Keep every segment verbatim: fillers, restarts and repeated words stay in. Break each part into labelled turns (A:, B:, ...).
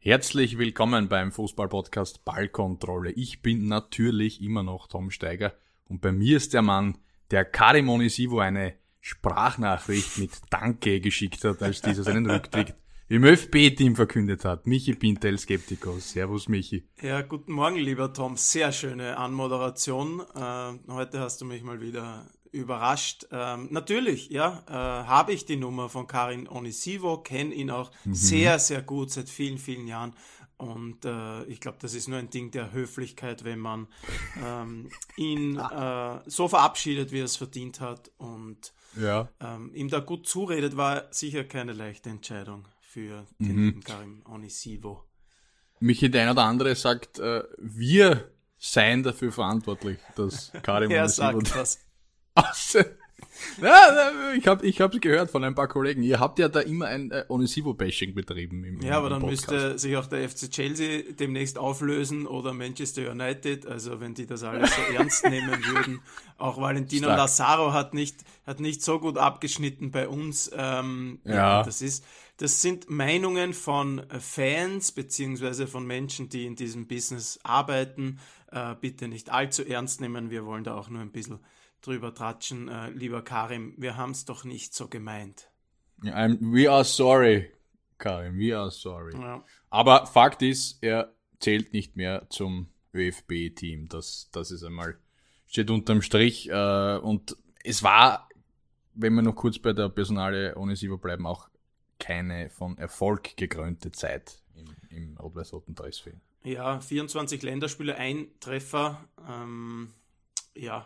A: Herzlich willkommen beim Fußball-Podcast Ballkontrolle. Ich bin natürlich immer noch Tom Steiger und bei mir ist der Mann, der Karim Onisivo eine Sprachnachricht mit Danke geschickt hat, als dieser seinen Rücktritt im ÖFB-Team verkündet hat. Michi Pintel, Skeptikos. Servus, Michi.
B: Ja, guten Morgen, lieber Tom. Sehr schöne Anmoderation. Äh, heute hast du mich mal wieder überrascht. Ähm, natürlich, ja, äh, habe ich die Nummer von Karim Onisivo, kenne ihn auch mhm. sehr, sehr gut seit vielen, vielen Jahren. Und äh, ich glaube, das ist nur ein Ding der Höflichkeit, wenn man ähm, ihn äh, so verabschiedet, wie er es verdient hat. Und
A: ja.
B: ähm, ihm da gut zuredet, war sicher keine leichte Entscheidung für den
A: mhm.
B: lieben Karim Onisivo.
A: Michi, der eine oder andere sagt, äh, wir seien dafür verantwortlich, dass Karim
B: er
A: Onisivo...
B: sagt das.
A: Ja, ich habe ich hab's gehört von ein paar Kollegen. Ihr habt ja da immer ein äh, Onisivo-Bashing betrieben. Im,
B: ja, aber
A: im
B: dann
A: Podcast.
B: Müsste sich auch der F C Chelsea demnächst auflösen oder Manchester United. Also wenn die das alles so ernst nehmen würden. Auch Valentino
A: Stark.
B: Lazaro hat nicht, hat nicht so gut abgeschnitten bei uns. Ähm, ja.
A: ja,
B: das ist, das sind Meinungen von Fans beziehungsweise von Menschen, die in diesem Business arbeiten. Äh, bitte nicht allzu ernst nehmen. Wir wollen da auch nur ein bisschen drüber tratschen, äh, lieber Karim, wir haben es doch nicht so gemeint.
A: I'm, we are sorry, Karim, we are sorry.
B: Ja.
A: Aber Fakt ist, er zählt nicht mehr zum ÖFB-Team. Das, das ist einmal, steht unterm Strich. Äh, und es war, wenn wir noch kurz bei der Personalie Onisivo bleiben, auch keine von Erfolg gekrönte Zeit im, im rot-weiß-roten Dressfilm.
B: Ja, vierundzwanzig Länderspiele, ein Treffer, ähm, ja,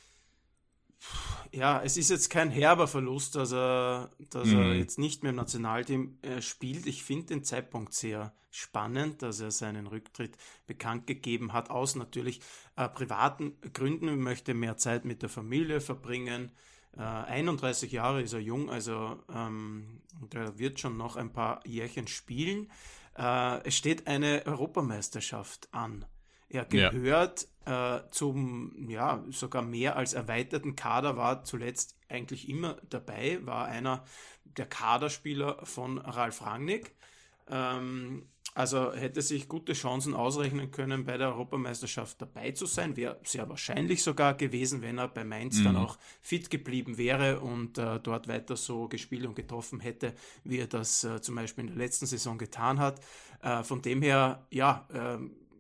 B: Ja, es ist jetzt kein herber Verlust, dass er, dass mhm. er jetzt nicht mehr im Nationalteam äh, spielt. Ich finde den Zeitpunkt sehr spannend, dass er seinen Rücktritt bekannt gegeben hat, aus natürlich äh, privaten Gründen. Er möchte mehr Zeit mit der Familie verbringen. Äh, einunddreißig Jahre ist er jung, also ähm, der wird schon noch ein paar Jährchen spielen. Äh, es steht eine Europameisterschaft an. Er gehört ja. äh, zum, ja, sogar mehr als erweiterten Kader, war zuletzt eigentlich immer dabei, war einer der Kaderspieler von Ralf Rangnick. Ähm, also hätte sich gute Chancen ausrechnen können, bei der Europameisterschaft dabei zu sein. Wäre sehr wahrscheinlich sogar gewesen, wenn er bei Mainz mhm. dann auch fit geblieben wäre und äh, dort weiter so gespielt und getroffen hätte, wie er das äh, zum Beispiel in der letzten Saison getan hat. Äh, von dem her, ja, äh,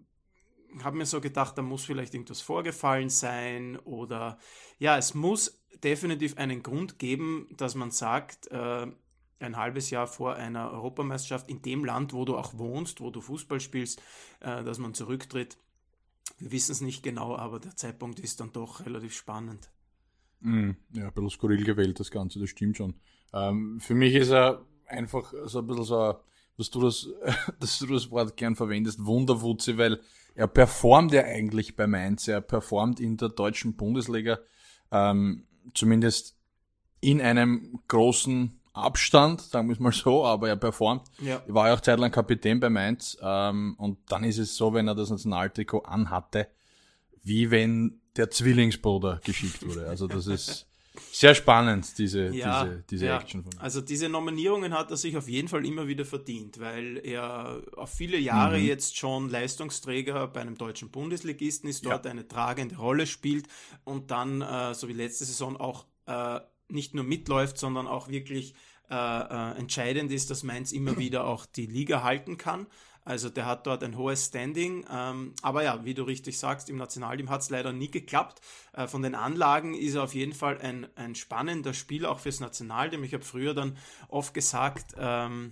B: habe mir so gedacht, da muss vielleicht irgendwas vorgefallen sein oder ja, es muss definitiv einen Grund geben, dass man sagt, äh, ein halbes Jahr vor einer Europameisterschaft in dem Land, wo du auch wohnst, wo du Fußball spielst, äh, dass man zurücktritt. Wir wissen es nicht genau, aber der Zeitpunkt ist dann doch relativ spannend.
A: Mm, ja, ein bisschen skurril gewählt, das Ganze, das stimmt schon. Ähm, für mich ist er einfach so ein bisschen so, dass du das, dass du das Wort gern verwendest, Wunderwutze, weil er performt ja eigentlich bei Mainz, er performt in der deutschen Bundesliga, ähm, zumindest in einem großen Abstand, sagen wir es mal so, aber er performt.
B: Ja.
A: Er war ja auch zeitlang Kapitän bei Mainz, ähm, und dann ist es so, wenn er das Nationaltrikot anhatte, wie wenn der Zwillingsbruder geschickt wurde. Also das ist sehr spannend, diese,
B: ja,
A: diese, diese
B: ja.
A: Action von ihm.
B: Also diese Nominierungen hat er sich auf jeden Fall immer wieder verdient, weil er auf viele Jahre mhm. jetzt schon Leistungsträger bei einem deutschen Bundesligisten ist, dort ja. eine tragende Rolle spielt und dann, äh, so wie letzte Saison, auch äh, nicht nur mitläuft, sondern auch wirklich äh, äh, entscheidend ist, dass Mainz immer wieder auch die Liga halten kann. Also der hat dort ein hohes Standing, ähm, aber ja, wie du richtig sagst, im Nationalteam hat es leider nie geklappt. Äh, von den Anlagen ist er auf jeden Fall ein, ein spannender Spieler, auch fürs Nationalteam. Ich habe früher dann oft gesagt, ähm,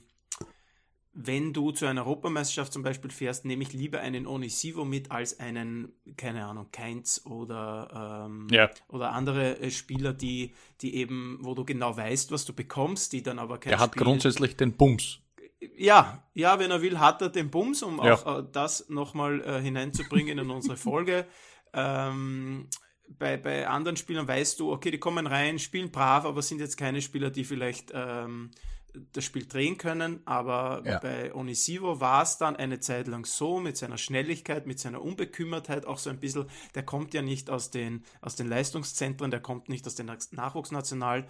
B: wenn du zu einer Europameisterschaft zum Beispiel fährst, nehme ich lieber einen Onisivo mit als einen, keine Ahnung, Keins oder, ähm,
A: ja.
B: oder andere äh, Spieler, die, die eben, wo du genau weißt, was du bekommst, die dann aber kein
A: Der hat
B: Spiel
A: grundsätzlich den Bums.
B: Ja, ja, wenn er will, hat er den Bums, um
A: ja.
B: auch äh, das nochmal äh, hineinzubringen in unsere Folge. Ähm, bei, bei anderen Spielern weißt du, okay, die kommen rein, spielen brav, aber sind jetzt keine Spieler, die vielleicht ähm, das Spiel drehen können. Aber ja. bei Onisivo war es dann eine Zeit lang so, mit seiner Schnelligkeit, mit seiner Unbekümmertheit, auch so ein bisschen, der kommt ja nicht aus den, aus den Leistungszentren, der kommt nicht aus den Nachwuchsnationalmannschaften,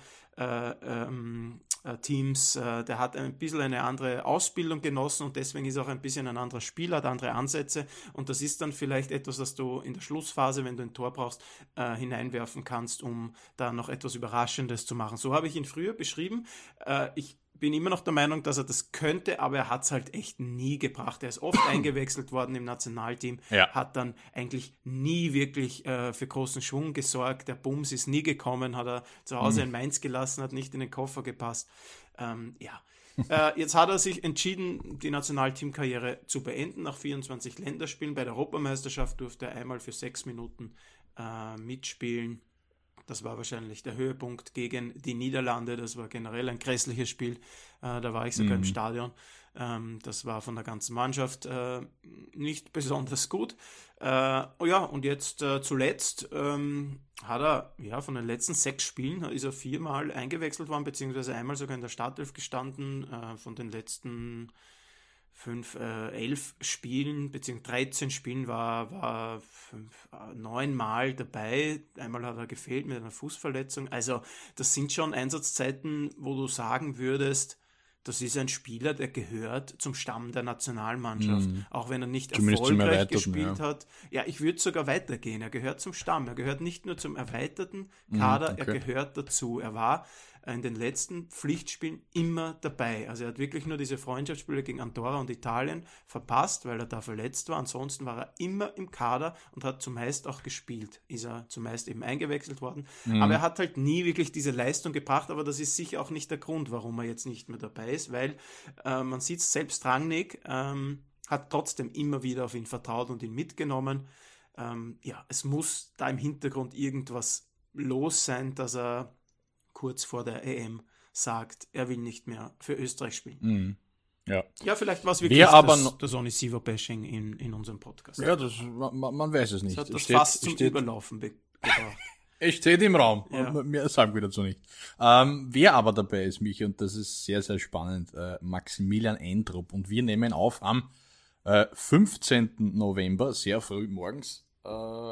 B: äh, ähm, äh, Teams. Äh, der hat ein bisschen eine andere Ausbildung genossen und deswegen ist er auch ein bisschen ein anderer Spieler, hat andere Ansätze und das ist dann vielleicht etwas, das du in der Schlussphase, wenn du ein Tor brauchst, äh, hineinwerfen kannst, um da noch etwas Überraschendes zu machen. So habe ich ihn früher beschrieben. Äh, ich bin immer noch der Meinung, dass er das könnte, aber er hat es halt echt nie gebracht. Er ist oft eingewechselt worden im Nationalteam,
A: Ja.
B: hat dann eigentlich nie wirklich äh, für großen Schwung gesorgt. Der Bums ist nie gekommen, hat er zu Hause
A: Mhm.
B: in Mainz gelassen, hat nicht in den Koffer gepasst. Ähm, ja. äh, jetzt hat er sich entschieden, die Nationalteamkarriere zu beenden. Nach vierundzwanzig Länderspielen bei der Europameisterschaft durfte er einmal für sechs Minuten äh, mitspielen. Das war wahrscheinlich der Höhepunkt gegen die Niederlande. Das war generell ein grässliches Spiel. Äh, da war ich sogar
A: Mhm.
B: im Stadion. Ähm, das war von der ganzen Mannschaft äh, nicht besonders gut. Äh, oh ja, und jetzt äh, zuletzt ähm, hat er, ja, von den letzten sechs Spielen ist er viermal eingewechselt worden, beziehungsweise einmal sogar in der Startelf gestanden. Äh, von den letzten fünf, äh, elf Spielen, beziehungsweise dreizehn Spielen war, war fünf, äh, neunmal dabei. Einmal hat er gefehlt mit einer Fußverletzung. Also das sind schon Einsatzzeiten, wo du sagen würdest, das ist ein Spieler, der gehört zum Stamm der Nationalmannschaft.
A: Mhm.
B: Auch wenn er nicht
A: Zumindest zum
B: erfolgreich
A: Erweiterten,
B: gespielt
A: ja.
B: hat. Ja, ich würde sogar weitergehen. Er gehört zum Stamm. Er gehört nicht nur zum erweiterten
A: Mhm,
B: Kader,
A: okay.
B: er gehört dazu. Er war in den letzten Pflichtspielen immer dabei. Also er hat wirklich nur diese Freundschaftsspiele gegen Andorra und Italien verpasst, weil er da verletzt war. Ansonsten war er immer im Kader und hat zumeist auch gespielt. Ist er zumeist eben eingewechselt worden.
A: Mhm.
B: Aber er hat halt nie wirklich diese Leistung gebracht, aber das ist sicher auch nicht der Grund, warum er jetzt nicht mehr dabei ist, weil äh, man sieht, selbst Rangnick ähm, hat trotzdem immer wieder auf ihn vertraut und ihn mitgenommen. Ähm, ja, es muss da im Hintergrund irgendwas los sein, dass er kurz vor der E M sagt, er will nicht mehr für Österreich spielen.
A: Mhm. Ja.
B: Ja, vielleicht war es wirklich
A: Wer aber
B: das,
A: noch-
B: das Onisivo-Bashing in, in unserem Podcast.
A: Ja, das, man, man weiß es nicht.
B: Das hat das
A: Steht-
B: fast zum
A: steht-
B: Überlaufen be- gebracht.
A: Es steht im Raum.
B: Ja.
A: Und Mehr sagen wir dazu nicht. Ähm, wer aber dabei ist, Michi, und das ist sehr, sehr spannend, äh, Maximilian Eintrup. Und wir nehmen auf am äh, fünfzehnten November, sehr früh morgens, äh,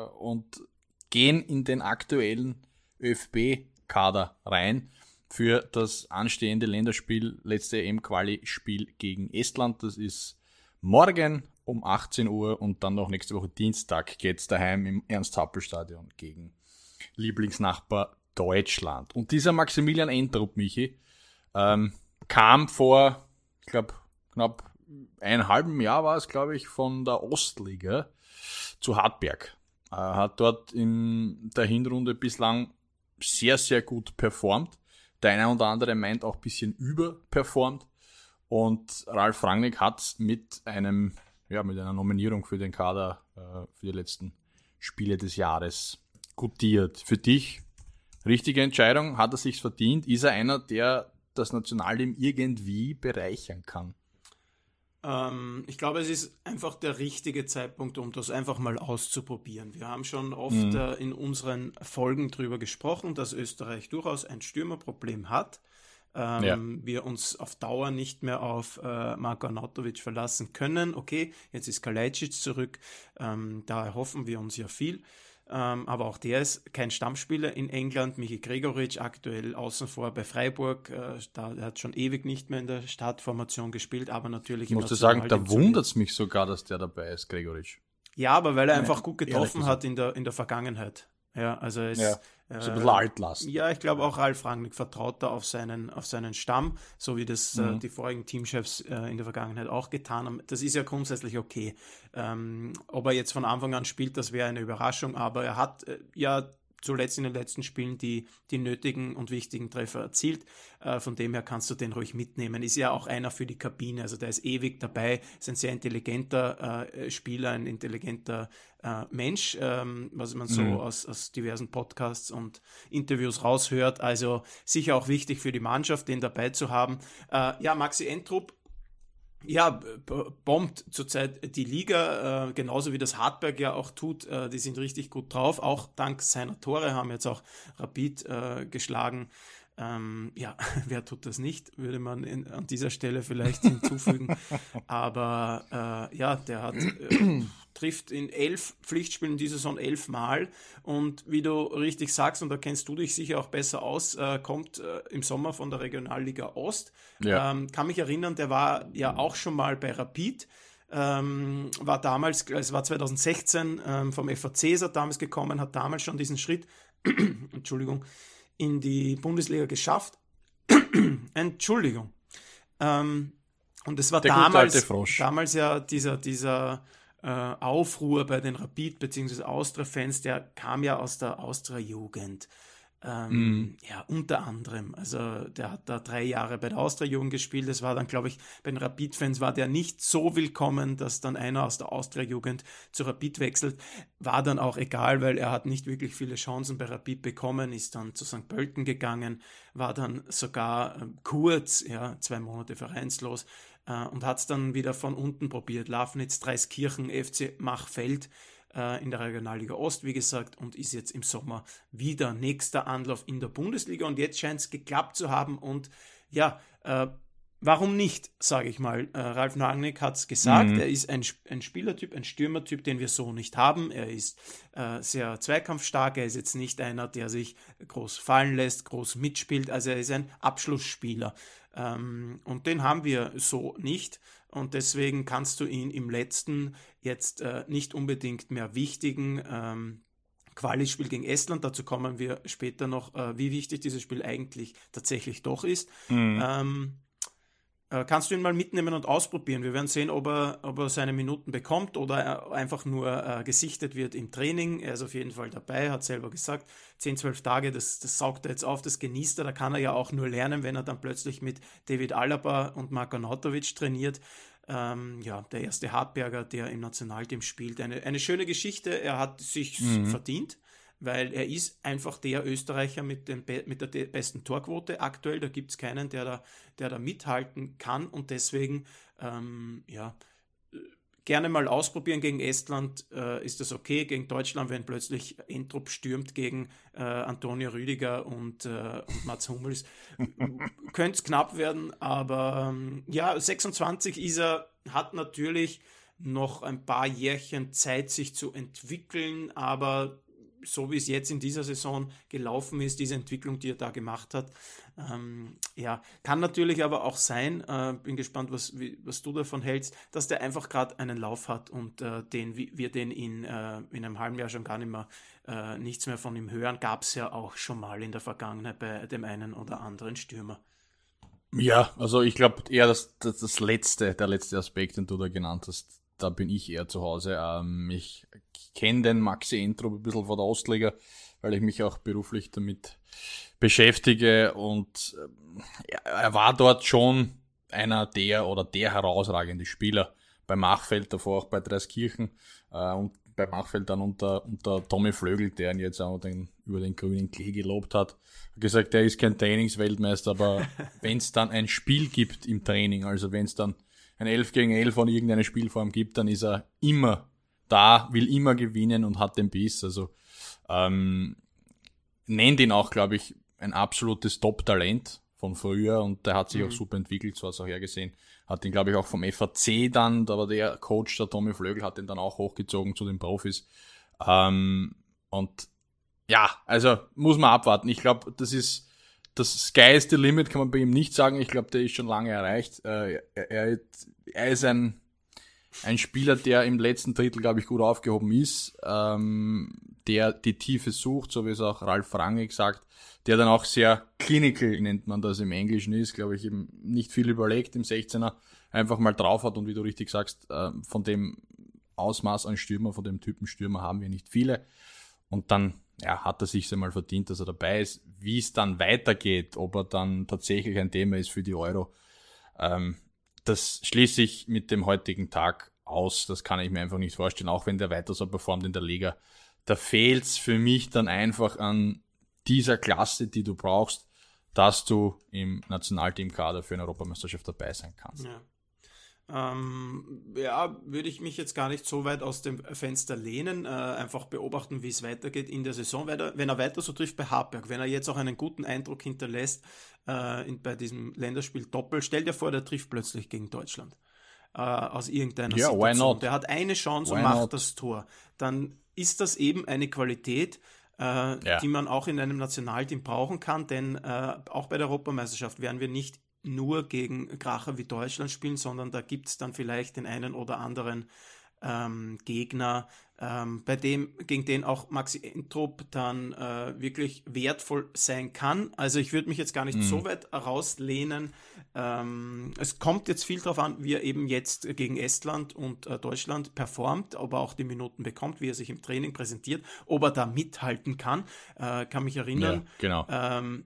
A: und gehen in den aktuellen ÖFB-Kader rein für das anstehende Länderspiel, letzte E M-Quali-Spiel gegen Estland. Das ist morgen um achtzehn Uhr und dann noch nächste Woche Dienstag geht's daheim im Ernst-Happel-Stadion gegen Lieblingsnachbar Deutschland. Und dieser Maximilian Eintrup, Michi, ähm, kam vor, ich glaube, knapp einem halben Jahr war es, glaube ich, von der Ostliga zu Hartberg. Er hat dort in der Hinrunde bislang sehr, sehr gut performt. Der eine oder andere meint auch ein bisschen überperformt. Und Ralf Rangnick hat mit einem, ja, mit einer Nominierung für den Kader äh, für die letzten Spiele des Jahres gutiert. Für dich richtige Entscheidung? Hat er sich's verdient? Ist er einer, der das Nationalteam irgendwie bereichern kann?
B: Ähm, ich glaube, es ist einfach der richtige Zeitpunkt, um das einfach mal auszuprobieren. Wir haben schon oft
A: Mhm.
B: äh, in unseren Folgen darüber gesprochen, dass Österreich durchaus ein Stürmerproblem hat. Ähm,
A: Ja.
B: Wir uns auf Dauer nicht mehr auf äh, Marko Arnautovic verlassen können. Okay, jetzt ist Kalajdzic zurück, ähm, da erhoffen wir uns ja viel. Ähm, aber auch der ist kein Stammspieler in England. Michi Gregoritsch aktuell außen vor bei Freiburg. Äh, da, er hat schon ewig nicht mehr in der Startformation gespielt, aber natürlich
A: Ich
B: im
A: muss sagen, da
B: Nationalteam
A: wundert es mich sogar, dass der dabei ist, Gregoritsch.
B: Ja, aber weil er
A: Ja,
B: einfach gut
A: ehrlich
B: getroffen
A: gesagt.
B: hat in der, in der Vergangenheit. Ja, also er ist,
A: Ja,
B: äh,
A: so ein bisschen Altlast.
B: ja, ich glaube auch Ralf Rangnick vertraut da auf seinen, auf seinen Stamm, so wie das äh,
A: Mhm.
B: die vorigen Teamchefs äh, in der Vergangenheit auch getan haben. Das ist ja grundsätzlich okay. Ähm, ob er jetzt von Anfang an spielt, das wäre eine Überraschung, aber er hat äh, ja zuletzt in den letzten Spielen die, die nötigen und wichtigen Treffer erzielt. Äh, von dem her kannst du den ruhig mitnehmen. Ist ja auch einer für die Kabine, also der ist ewig dabei, ist ein sehr intelligenter äh, Spieler, ein intelligenter äh, Mensch, ähm, was man so
A: Mhm.
B: aus, aus diversen Podcasts und Interviews raushört. Also sicher auch wichtig für die Mannschaft, den dabei zu haben. Äh, ja, Maxi Eintrup, ja, b- bombt zurzeit die Liga, äh, genauso wie das Hartberg ja auch tut. Äh, die sind richtig gut drauf. Auch dank seiner Tore haben jetzt auch Rapid äh, geschlagen. Ähm, ja, wer tut das nicht, würde man in, an dieser Stelle vielleicht hinzufügen. Aber äh, ja, der hat äh, trifft in elf Pflichtspielen in dieser Saison elf Mal und wie du richtig sagst, und da kennst du dich sicher auch besser aus, äh, kommt äh, im Sommer von der Regionalliga Ost. Ja. Ähm, kann mich erinnern, der war ja auch schon mal bei Rapid. Ähm, war damals, es war zwanzig sechzehn ähm, vom F A C ist er damals gekommen, hat damals schon diesen Schritt Entschuldigung, in die Bundesliga geschafft. Entschuldigung. Ähm, und es war damals, damals ja dieser, dieser äh, Aufruhr bei den Rapid- bzw. Austria-Fans, der kam ja aus der Austria-Jugend. Ähm, mm. Ja, unter anderem. Also der hat da drei Jahre bei der Austria-Jugend gespielt. Das war dann, glaube ich, bei den Rapid-Fans war der nicht so willkommen, dass dann einer aus der Austria-Jugend zu Rapid wechselt. War dann auch egal, weil er hat nicht wirklich viele Chancen bei Rapid bekommen, ist dann zu Sankt Pölten gegangen, war dann sogar äh, kurz, ja, zwei Monate vereinslos äh, und hat es dann wieder von unten probiert. Lafnitz, Dreiskirchen, F C Machfeld in der Regionalliga Ost, wie gesagt, und ist jetzt im Sommer wieder nächster Anlauf in der Bundesliga und jetzt scheint es geklappt zu haben und ja, äh, warum nicht, sage ich mal. Äh, Ralf Rangnick hat es gesagt, mhm. er ist ein, ein Spielertyp, ein Stürmertyp, den wir so nicht haben. Er ist äh, sehr zweikampfstark, er ist jetzt nicht einer, der sich groß fallen lässt, groß mitspielt, also er ist ein Abschlussspieler. Ähm, und den haben wir so nicht und deswegen kannst du ihn im letzten jetzt äh, nicht unbedingt mehr wichtigen ähm, Quali-Spiel gegen Estland, dazu kommen wir später noch, äh, wie wichtig dieses Spiel eigentlich tatsächlich doch ist. Mhm. Ähm, äh, kannst du ihn mal mitnehmen und ausprobieren. Wir werden sehen, ob er, ob er seine Minuten bekommt oder er einfach nur äh, gesichtet wird im Training. Er ist auf jeden Fall dabei, hat selber gesagt, zehn, zwölf Tage, das, das saugt er jetzt auf, das genießt er. Da kann er ja auch nur lernen, wenn er dann plötzlich mit David Alaba und Marko Arnautovic trainiert. Ähm, ja, der erste Hartberger, der im Nationalteam spielt. Eine, eine schöne Geschichte, er hat sich mhm. verdient, weil er ist einfach der Österreicher mit, dem Be- mit der de- besten Torquote aktuell. Da gibt es keinen, der da, der da mithalten kann und deswegen ähm, ja, gerne mal ausprobieren gegen Estland, äh, ist das okay. Gegen Deutschland, wenn plötzlich Entrup stürmt gegen äh, Antonio Rüdiger und, äh, und Mats Hummels, könnte es knapp werden, aber ähm, ja, sechsundzwanzig ist er, hat natürlich noch ein paar Jährchen Zeit, sich zu entwickeln, aber so wie es jetzt in dieser Saison gelaufen ist, diese Entwicklung, die er da gemacht hat, ähm, ja, kann natürlich aber auch sein, äh, bin gespannt, was, wie, was du davon hältst, dass der einfach gerade einen Lauf hat und äh, den, wir den in, äh, in einem halben Jahr schon gar nicht mehr, äh, nichts mehr von ihm hören, gab es ja auch schon mal in der Vergangenheit bei dem einen oder anderen Stürmer.
A: Ja, also ich glaube eher, dass, dass das letzte, der letzte Aspekt, den du da genannt hast, da bin ich eher zu Hause. Ähm, ich kenne den Maxi Entrup ein bisschen von der Ostliga, weil ich mich auch beruflich damit beschäftige und äh, er war dort schon einer der oder der herausragende Spieler bei Machfeld, davor auch bei Dreiskirchen äh, und bei Machfeld dann unter, unter Tommy Flögel, der ihn jetzt auch den, über den grünen Klee gelobt hat. Hat gesagt, er ist kein Trainingsweltmeister, aber wenn es dann ein Spiel gibt im Training, also wenn es dann ein elf gegen elf von irgendeiner Spielform gibt, dann ist er immer da, will immer gewinnen und hat den Biss. Also ähm, nennt ihn auch, glaube ich, ein absolutes Top-Talent von früher und der hat sich mhm. auch super entwickelt, so hat es auch hergesehen. Hat ihn, glaube ich, auch vom F A C dann, aber der Coach, der Tommy Flögel, hat ihn dann auch hochgezogen zu den Profis. Ähm, und ja, also muss man abwarten. Ich glaube, das ist das Sky is the limit, kann man bei ihm nicht sagen. Ich glaube, der ist schon lange erreicht. Äh, er, er, er ist ein, ein Spieler, der im letzten Drittel, glaube ich, gut aufgehoben ist, ähm, der die Tiefe sucht, so wie es auch Ralf Rangnick sagt, der dann auch sehr clinical, nennt man das im Englischen ist, glaube ich, eben nicht viel überlegt im sechzehner, einfach mal drauf hat und wie du richtig sagst, äh, von dem Ausmaß an Stürmer, von dem Typen Stürmer haben wir nicht viele und dann ja, hat er sich einmal verdient, dass er dabei ist. Wie es dann weitergeht, ob er dann tatsächlich ein Thema ist für die Euro, ähm, das schließe ich mit dem heutigen Tag aus. Das kann ich mir einfach nicht vorstellen, auch wenn der weiter so performt in der Liga. Da fehlt es für mich dann einfach an dieser Klasse, die du brauchst, dass du im Nationalteamkader für eine Europameisterschaft dabei sein kannst.
B: Ja. Ähm, ja, würde ich mich jetzt gar nicht so weit aus dem Fenster lehnen, äh, einfach beobachten, wie es weitergeht in der Saison. Wenn er, wenn er weiter so trifft bei Hartberg, wenn er jetzt auch einen guten Eindruck hinterlässt äh, in, bei diesem Länderspiel Doppel, stell dir vor, der trifft plötzlich gegen Deutschland äh, aus irgendeiner
A: Ja, why
B: Situation.
A: not?
B: Der hat eine Chance
A: Why
B: und macht
A: not?
B: das Tor. Dann ist das eben eine Qualität, äh,
A: Ja.
B: die man auch in einem Nationalteam brauchen kann, denn äh, auch bei der Europameisterschaft werden wir nicht nur gegen Kracher wie Deutschland spielen, sondern da gibt es dann vielleicht den einen oder anderen ähm, Gegner, ähm, bei dem, gegen den auch Maxi Entrup dann äh, wirklich wertvoll sein kann. Also ich würde mich jetzt gar nicht
A: Mhm.
B: so weit rauslehnen. Ähm, es kommt jetzt viel darauf an, wie er eben jetzt gegen Estland und äh, Deutschland performt, ob er auch die Minuten bekommt, wie er sich im Training präsentiert, ob er da mithalten kann. Äh, kann mich erinnern,
A: Ja, genau.
B: ähm,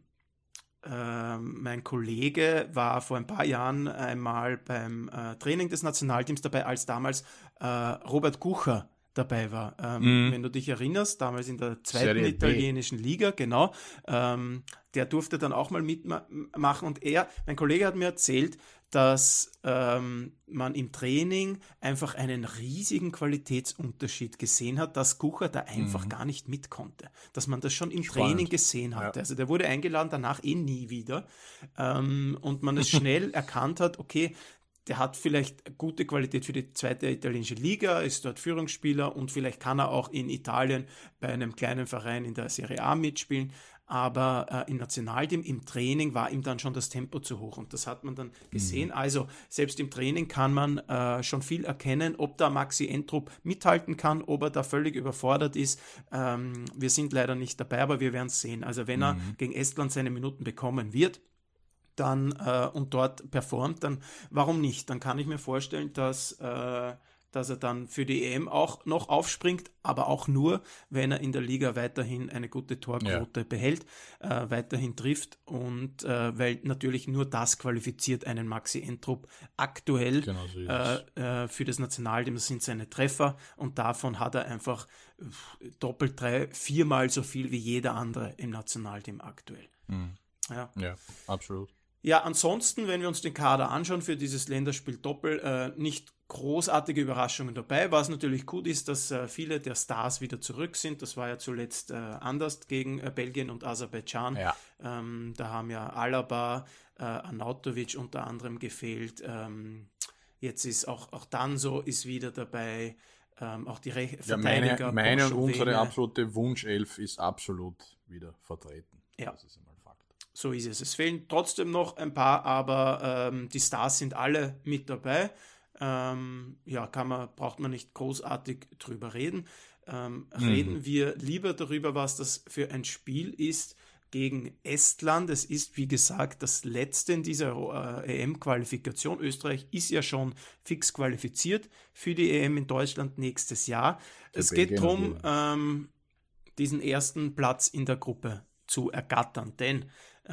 B: Ähm, mein Kollege war vor ein paar Jahren einmal beim äh, Training des Nationalteams dabei, als damals äh, Robert Gucher dabei war. Ähm,
A: Mhm.
B: Wenn du dich erinnerst, damals in der zweiten
A: Serie B.
B: italienischen Liga, genau, ähm, der durfte dann auch mal mitmachen und er, mein Kollege hat mir erzählt, dass ähm, man im Training einfach einen riesigen Qualitätsunterschied gesehen hat, dass Gucher da einfach
A: Mhm.
B: gar nicht mit konnte. Dass man das schon im
A: Spannend.
B: Training gesehen hatte.
A: Ja.
B: Also der wurde eingeladen, danach eh nie wieder. Ähm, und man es schnell erkannt hat, okay, der hat vielleicht gute Qualität für die zweite italienische Liga, ist dort Führungsspieler und vielleicht kann er auch in Italien bei einem kleinen Verein in der Serie A mitspielen. Aber äh, im Nationalteam, im Training war ihm dann schon das Tempo zu hoch und das hat man dann gesehen.
A: Mhm.
B: Also selbst im Training kann man äh, schon viel erkennen, ob da Maxi Entrup mithalten kann, ob er da völlig überfordert ist. Ähm, wir sind leider nicht dabei, aber wir werden es sehen. Also wenn er
A: Mhm.
B: gegen Estland seine Minuten bekommen wird, dann äh, und dort performt, dann warum nicht? Dann kann ich mir vorstellen, dass, äh, dass er dann für die E M auch noch aufspringt, aber auch nur, wenn er in der Liga weiterhin eine gute Torquote
A: Ja.
B: behält, äh, weiterhin trifft und äh, weil natürlich nur das qualifiziert einen Maxi Entrup aktuell
A: Genau so ist
B: äh,
A: es.
B: äh, für das Nationalteam. Das sind seine Treffer und davon hat er einfach äh, doppelt, drei, viermal so viel wie jeder andere im Nationalteam aktuell.
A: Mhm.
B: Ja.
A: Ja, absolut.
B: Ja, ansonsten, wenn wir uns den Kader anschauen für dieses Länderspiel Doppel, äh, nicht großartige Überraschungen dabei. Was natürlich gut ist, dass äh, viele der Stars wieder zurück sind. Das war ja zuletzt äh, anders gegen äh, Belgien und Aserbaidschan.
A: Ja.
B: Ähm, da haben ja Alaba, äh, Arnautovic unter anderem gefehlt. Ähm, jetzt ist auch, auch Danso ist wieder dabei. Ähm, auch die Re
A: Ja, meine,
B: Verteidiger.
A: meine und
B: Pochowene.
A: unsere absolute Wunschelf ist absolut wieder vertreten.
B: Ja.
A: Das ist einmal Fakt.
B: So ist es. Es fehlen trotzdem noch ein paar, aber ähm, die Stars sind alle mit dabei. Ähm, ja, kann man, braucht man nicht großartig drüber reden. Ähm,
A: Mhm.
B: Reden wir lieber darüber, was das für ein Spiel ist gegen Estland. Es ist, wie gesagt, das letzte in dieser äh, E M-Qualifikation. Österreich ist ja schon fix qualifiziert für die E M in Deutschland nächstes Jahr.
A: Für
B: Es
A: Belgien
B: geht darum,
A: und
B: ähm, diesen ersten Platz in der Gruppe zu ergattern, denn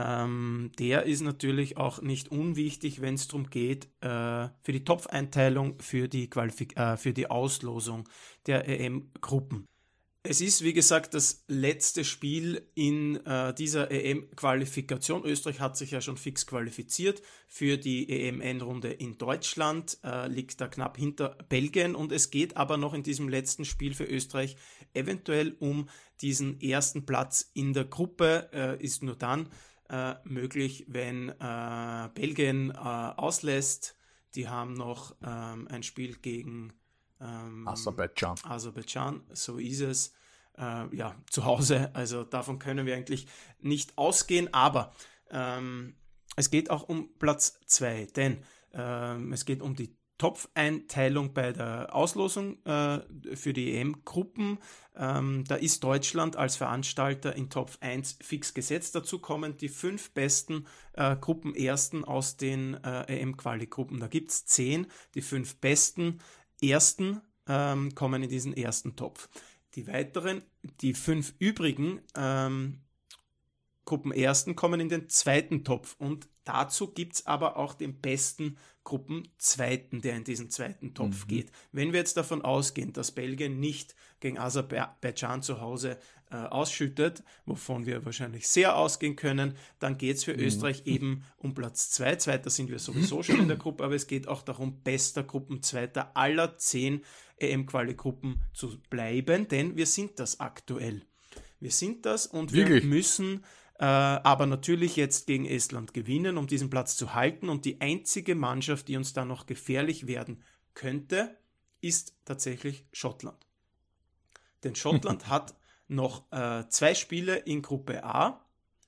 B: ähm, der ist natürlich auch nicht unwichtig, wenn es darum geht, äh, für die Topfeinteilung, für die, Qualifik äh, für die Auslosung der E M-Gruppen. Es ist, wie gesagt, das letzte Spiel in äh, dieser E M-Qualifikation. Österreich hat sich ja schon fix qualifiziert für die E M-Endrunde in Deutschland, äh, liegt da knapp hinter Belgien und es geht aber noch in diesem letzten Spiel für Österreich eventuell um diesen ersten Platz in der Gruppe. Äh, ist nur dann äh, möglich, wenn äh, Belgien äh, auslässt. Die haben noch ähm, ein Spiel gegen Ähm,
A: Aserbaidschan.
B: Aserbaidschan, so ist es. Äh, ja, zu Hause, also davon können wir eigentlich nicht ausgehen, aber ähm, es geht auch um Platz zwei, denn ähm, es geht um die Topfeinteilung bei der Auslosung äh, für die E M-Gruppen. Ähm, da ist Deutschland als Veranstalter in Top eins fix gesetzt. Dazu kommen die fünf besten äh, Gruppenersten aus den äh, E M-Quali-Gruppen. Da gibt es zehn, die fünf besten Ersten ähm, kommen in diesen ersten Topf. Die weiteren, die fünf übrigen ähm, Gruppenersten kommen in den zweiten Topf. Und dazu gibt es aber auch den besten Gruppenzweiten, der in diesen zweiten Topf mhm. geht. Wenn wir jetzt davon ausgehen, dass Belgien nicht gegen Aserbaidschan zu Hause äh, ausschüttet, wovon wir wahrscheinlich sehr ausgehen können, dann geht es für mhm. Österreich eben um Platz zwei. Zweiter sind wir sowieso schon in der Gruppe, aber es geht auch darum, bester Gruppenzweiter aller zehn E M-Quali-Gruppen zu bleiben, denn wir sind das aktuell. Wir sind das und wir Wirklich? müssen äh, aber natürlich jetzt gegen Estland gewinnen, um diesen Platz zu halten. Und die einzige Mannschaft, die uns da noch gefährlich werden könnte, ist tatsächlich Schottland. Denn Schottland hat noch äh, zwei Spiele in Gruppe A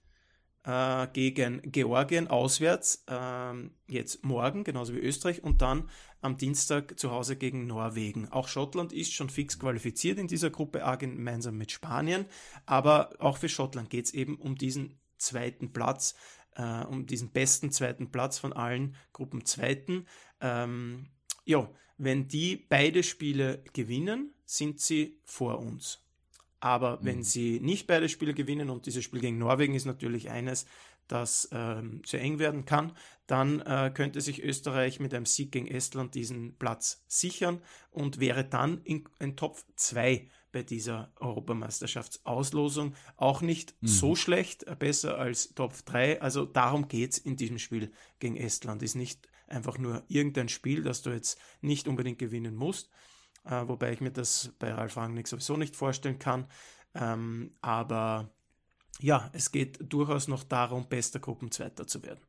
B: äh, gegen Georgien auswärts, äh, jetzt morgen, genauso wie Österreich, und dann am Dienstag zu Hause gegen Norwegen. Auch Schottland ist schon fix qualifiziert in dieser Gruppe A gemeinsam mit Spanien, aber auch für Schottland geht es eben um diesen zweiten Platz, äh, um diesen besten zweiten Platz von allen Gruppenzweiten. Ähm, ja, wenn die beide Spiele gewinnen, sind sie vor uns. Aber mhm. wenn sie nicht beide Spiele gewinnen, und dieses Spiel gegen Norwegen ist natürlich eines, das ähm, sehr eng werden kann, dann äh, könnte sich Österreich mit einem Sieg gegen Estland diesen Platz sichern und wäre dann in, in Top zwei bei dieser Europameisterschaftsauslosung. Auch nicht mhm. so schlecht, besser als Top drei. Also darum geht es in diesem Spiel gegen Estland. Ist nicht einfach nur irgendein Spiel, das du jetzt nicht unbedingt gewinnen musst, äh, wobei ich mir das bei Ralf Rangnick sowieso nicht vorstellen kann. Ähm, aber ja, es geht durchaus noch darum, bester Gruppenzweiter zu werden.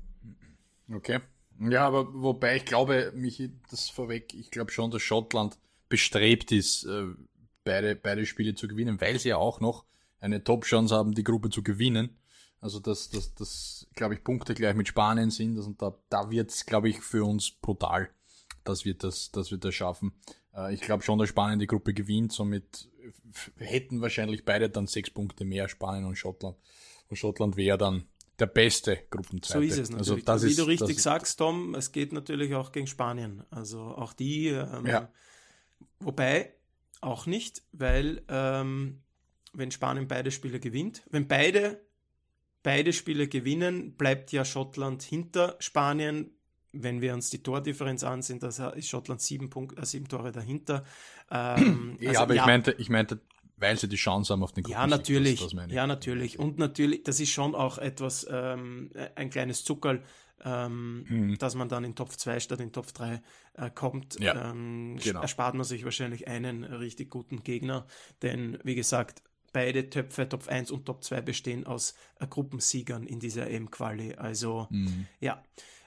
A: Okay. Ja, aber wobei ich glaube, Michi, das vorweg, ich glaube schon, dass Schottland bestrebt ist, äh, beide, beide Spiele zu gewinnen, weil sie ja auch noch eine Top-Chance haben, die Gruppe zu gewinnen. Also dass das, das, glaube ich, Punkte gleich mit Spanien sind. Also da, da wird es, glaube ich, für uns brutal, dass wir das, dass wir das schaffen. Äh, ich glaube schon, dass Spanien die Gruppe gewinnt, somit hätten wahrscheinlich beide dann sechs Punkte mehr, Spanien und Schottland. Und Schottland wäre dann der beste Gruppenzweite.
B: So ist es natürlich. Also das Wie ist, du richtig sagst, Tom, es geht natürlich auch gegen Spanien. Also auch die, ähm,
A: ja.
B: wobei auch nicht, weil ähm, wenn Spanien beide Spiele gewinnt, wenn beide beide Spiele gewinnen, bleibt ja Schottland hinter Spanien. Wenn wir uns die Tordifferenz ansehen, da ist Schottland sieben, Punkt, äh, sieben Tore dahinter. Ähm,
A: ja, also, aber ja. ich meinte, ich meinte, weil sie die Chance haben auf den
B: Gruppensieg. Ja, natürlich. Das, das ja, natürlich. Und natürlich, das ist schon auch etwas, ähm, ein kleines Zuckerl, ähm, mhm. dass man dann in Top zwei statt in Top drei äh, kommt.
A: Ja,
B: ähm,
A: genau.
B: Erspart man sich wahrscheinlich einen richtig guten Gegner. Denn, wie gesagt, beide Töpfe, Top eins und Top zwei, bestehen aus äh, Gruppensiegern in dieser E M-Quali. Also,
A: mhm.
B: ja.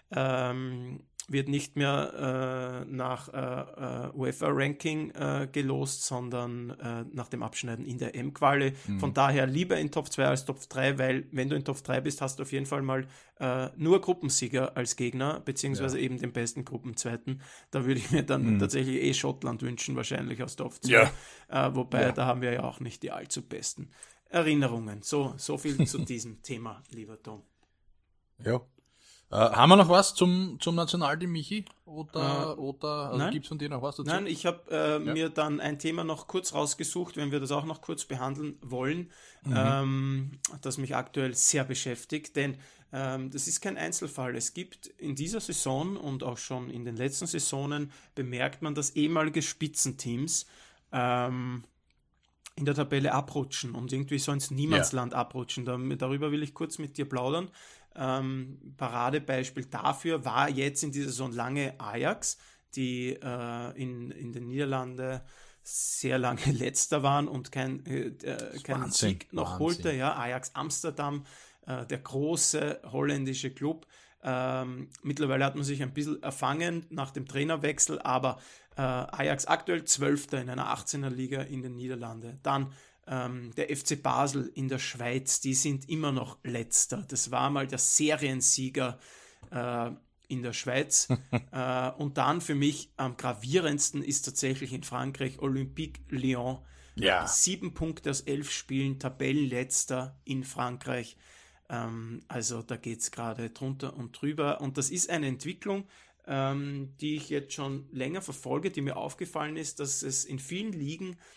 B: Ähm, wird nicht mehr äh, nach äh, UEFA-Ranking äh, gelost, sondern äh, nach dem Abschneiden in der E M-Quali. Mhm. Von daher lieber in Top zwei als Top drei, weil wenn du in Top drei bist, hast du auf jeden Fall mal äh, nur Gruppensieger als Gegner, beziehungsweise ja. eben den besten Gruppenzweiten. Da würde ich mir dann mhm. tatsächlich eh Schottland wünschen, wahrscheinlich aus Top zwei.
A: Ja.
B: Äh, wobei,
A: ja.
B: da haben wir ja auch nicht die allzu besten Erinnerungen. So, so viel zu diesem Thema, lieber Tom.
A: Ja. Äh, haben wir noch was zum, zum Nationalteam, Michi? Oder, äh, oder also gibt es von dir noch was dazu?
B: Nein, ich habe äh, ja. mir dann ein Thema noch kurz rausgesucht, wenn wir das auch noch kurz behandeln wollen, mhm. ähm, das mich aktuell sehr beschäftigt, denn ähm, das ist kein Einzelfall. Es gibt in dieser Saison und auch schon in den letzten Saisonen bemerkt man, dass ehemalige Spitzenteams ähm, in der Tabelle abrutschen und irgendwie so ins Niemandsland ja. abrutschen. Da, darüber will ich kurz mit dir plaudern. Ähm, Paradebeispiel dafür war jetzt in dieser Saison lange Ajax, die äh, in, in den Niederlanden sehr lange Letzter waren und kein, äh, keinen
A: Wahnsinn,
B: Sieg noch
A: Wahnsinn.
B: holte. Ja, Ajax Amsterdam, äh, der große holländische Club. Ähm, mittlerweile hat man sich ein bisschen erfangen nach dem Trainerwechsel, aber äh, Ajax aktuell Zwölfter in einer achtzehner Liga in den Niederlanden. Dann ähm, der F C Basel in der Schweiz, die sind immer noch Letzter. Das war mal der Seriensieger äh, in der Schweiz. äh, und dann für mich am gravierendsten ist tatsächlich in Frankreich Olympique Lyon.
A: Ja.
B: Sieben Punkte aus elf Spielen, Tabellenletzter in Frankreich. Ähm, also da geht es gerade drunter und drüber. Und das ist eine Entwicklung, ähm, die ich jetzt schon länger verfolge, die mir aufgefallen ist, dass es in vielen Ligen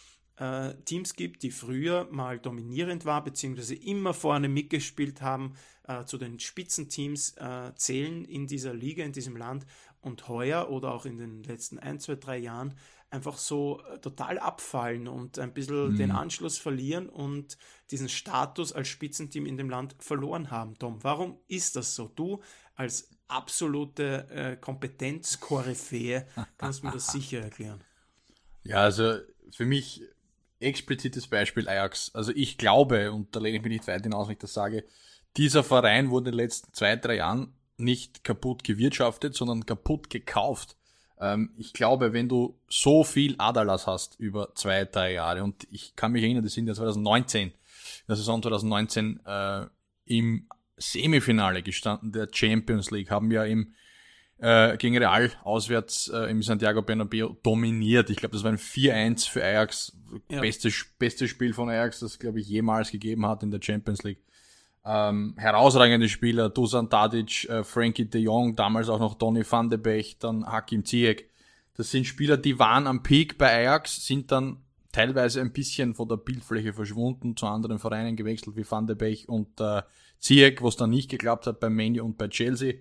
B: äh, Teams gibt, die früher mal dominierend waren, beziehungsweise immer vorne mitgespielt haben, äh, zu den Spitzenteams äh, zählen in dieser Liga, in diesem Land, und heuer oder auch in den letzten ein, zwei, drei Jahren einfach so äh, total abfallen und ein bisschen mhm. den Anschluss verlieren und diesen Status als Spitzenteam in dem Land verloren haben. Tom, warum ist das so? Du als absolute äh, Kompetenz-Koryphäe kannst mir das sicher erklären.
A: Ja, also für mich explizites Beispiel Ajax. Also ich glaube, und da lehne ich mich nicht weit hinaus, wenn ich das sage, dieser Verein wurde in den letzten zwei, drei Jahren nicht kaputt gewirtschaftet, sondern kaputt gekauft. Ähm, ich glaube, wenn du so viel Adalas hast über zwei, drei Jahre, und ich kann mich erinnern, die sind ja zwanzig neunzehn, in der Saison zwanzig neunzehn äh, im Semifinale gestanden der Champions League, haben ja im äh, gegen Real auswärts äh, im Santiago Bernabéu dominiert. Ich glaube, das war ein vier eins für Ajax. Ja. Bestes, bestes Spiel von Ajax, das, glaube ich, jemals gegeben hat in der Champions League. Ähm, herausragende Spieler, Dusan Tadic, äh, Frankie de Jong, damals auch noch Donny van de Beek, dann Hakim Ziyech. Das sind Spieler, die waren am Peak bei Ajax, sind dann teilweise ein bisschen von der Bildfläche verschwunden, zu anderen Vereinen gewechselt wie Van de Beek und äh, Ziyech, was dann nicht geklappt hat bei Man U und bei Chelsea.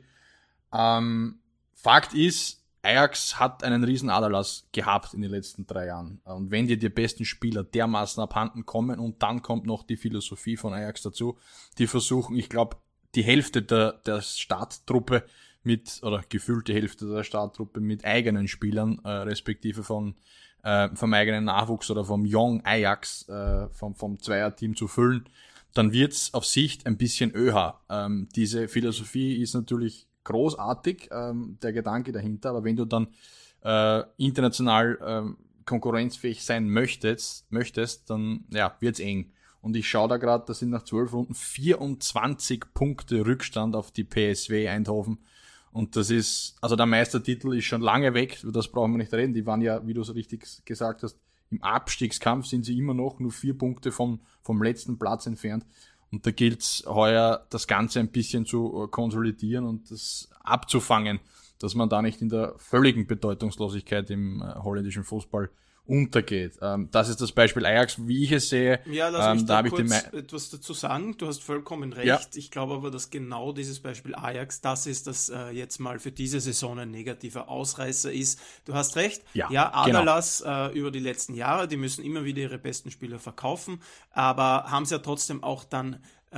A: Ähm, Fakt ist, Ajax hat einen riesen Aderlass gehabt in den letzten drei Jahren. Und wenn dir die besten Spieler dermaßen abhanden kommen und dann kommt noch die Philosophie von Ajax dazu, die versuchen, ich glaube, die Hälfte der, der Starttruppe mit, oder gefühlte Hälfte der Starttruppe mit eigenen Spielern, äh, respektive von, äh, vom eigenen Nachwuchs oder vom Young Ajax, äh, vom, vom Zweierteam zu füllen, dann wird's auf Sicht ein bisschen öher. Ähm, diese Philosophie ist natürlich großartig, ähm, der Gedanke dahinter, aber wenn du dann äh, international ähm, konkurrenzfähig sein möchtest, möchtest, dann ja, wird's eng. Und ich schaue da gerade, da sind nach zwölf Runden vierundzwanzig Punkte Rückstand auf die P S V Eindhoven. Und das ist, also der Meistertitel ist schon lange weg, über das brauchen wir nicht reden. Die waren ja, wie du so richtig gesagt hast, im Abstiegskampf sind sie immer noch nur vier Punkte vom, vom letzten Platz entfernt. Und da gilt's heuer, das Ganze ein bisschen zu konsolidieren und das abzufangen, dass man da nicht in der völligen Bedeutungslosigkeit im äh, holländischen Fußball untergeht. Ähm, das ist das Beispiel Ajax, wie ich es sehe.
B: Ja, lass mich
A: ähm,
B: da,
A: da habe
B: kurz
A: ich die Me-
B: etwas dazu sagen. Du hast vollkommen recht. Ja. Ich glaube aber, dass genau dieses Beispiel Ajax das ist, das äh, jetzt mal für diese Saison ein negativer Ausreißer ist. Du hast recht.
A: Ja,
B: ja Adalas genau. äh, über die letzten Jahre, die müssen immer wieder ihre besten Spieler verkaufen, aber haben es ja trotzdem auch dann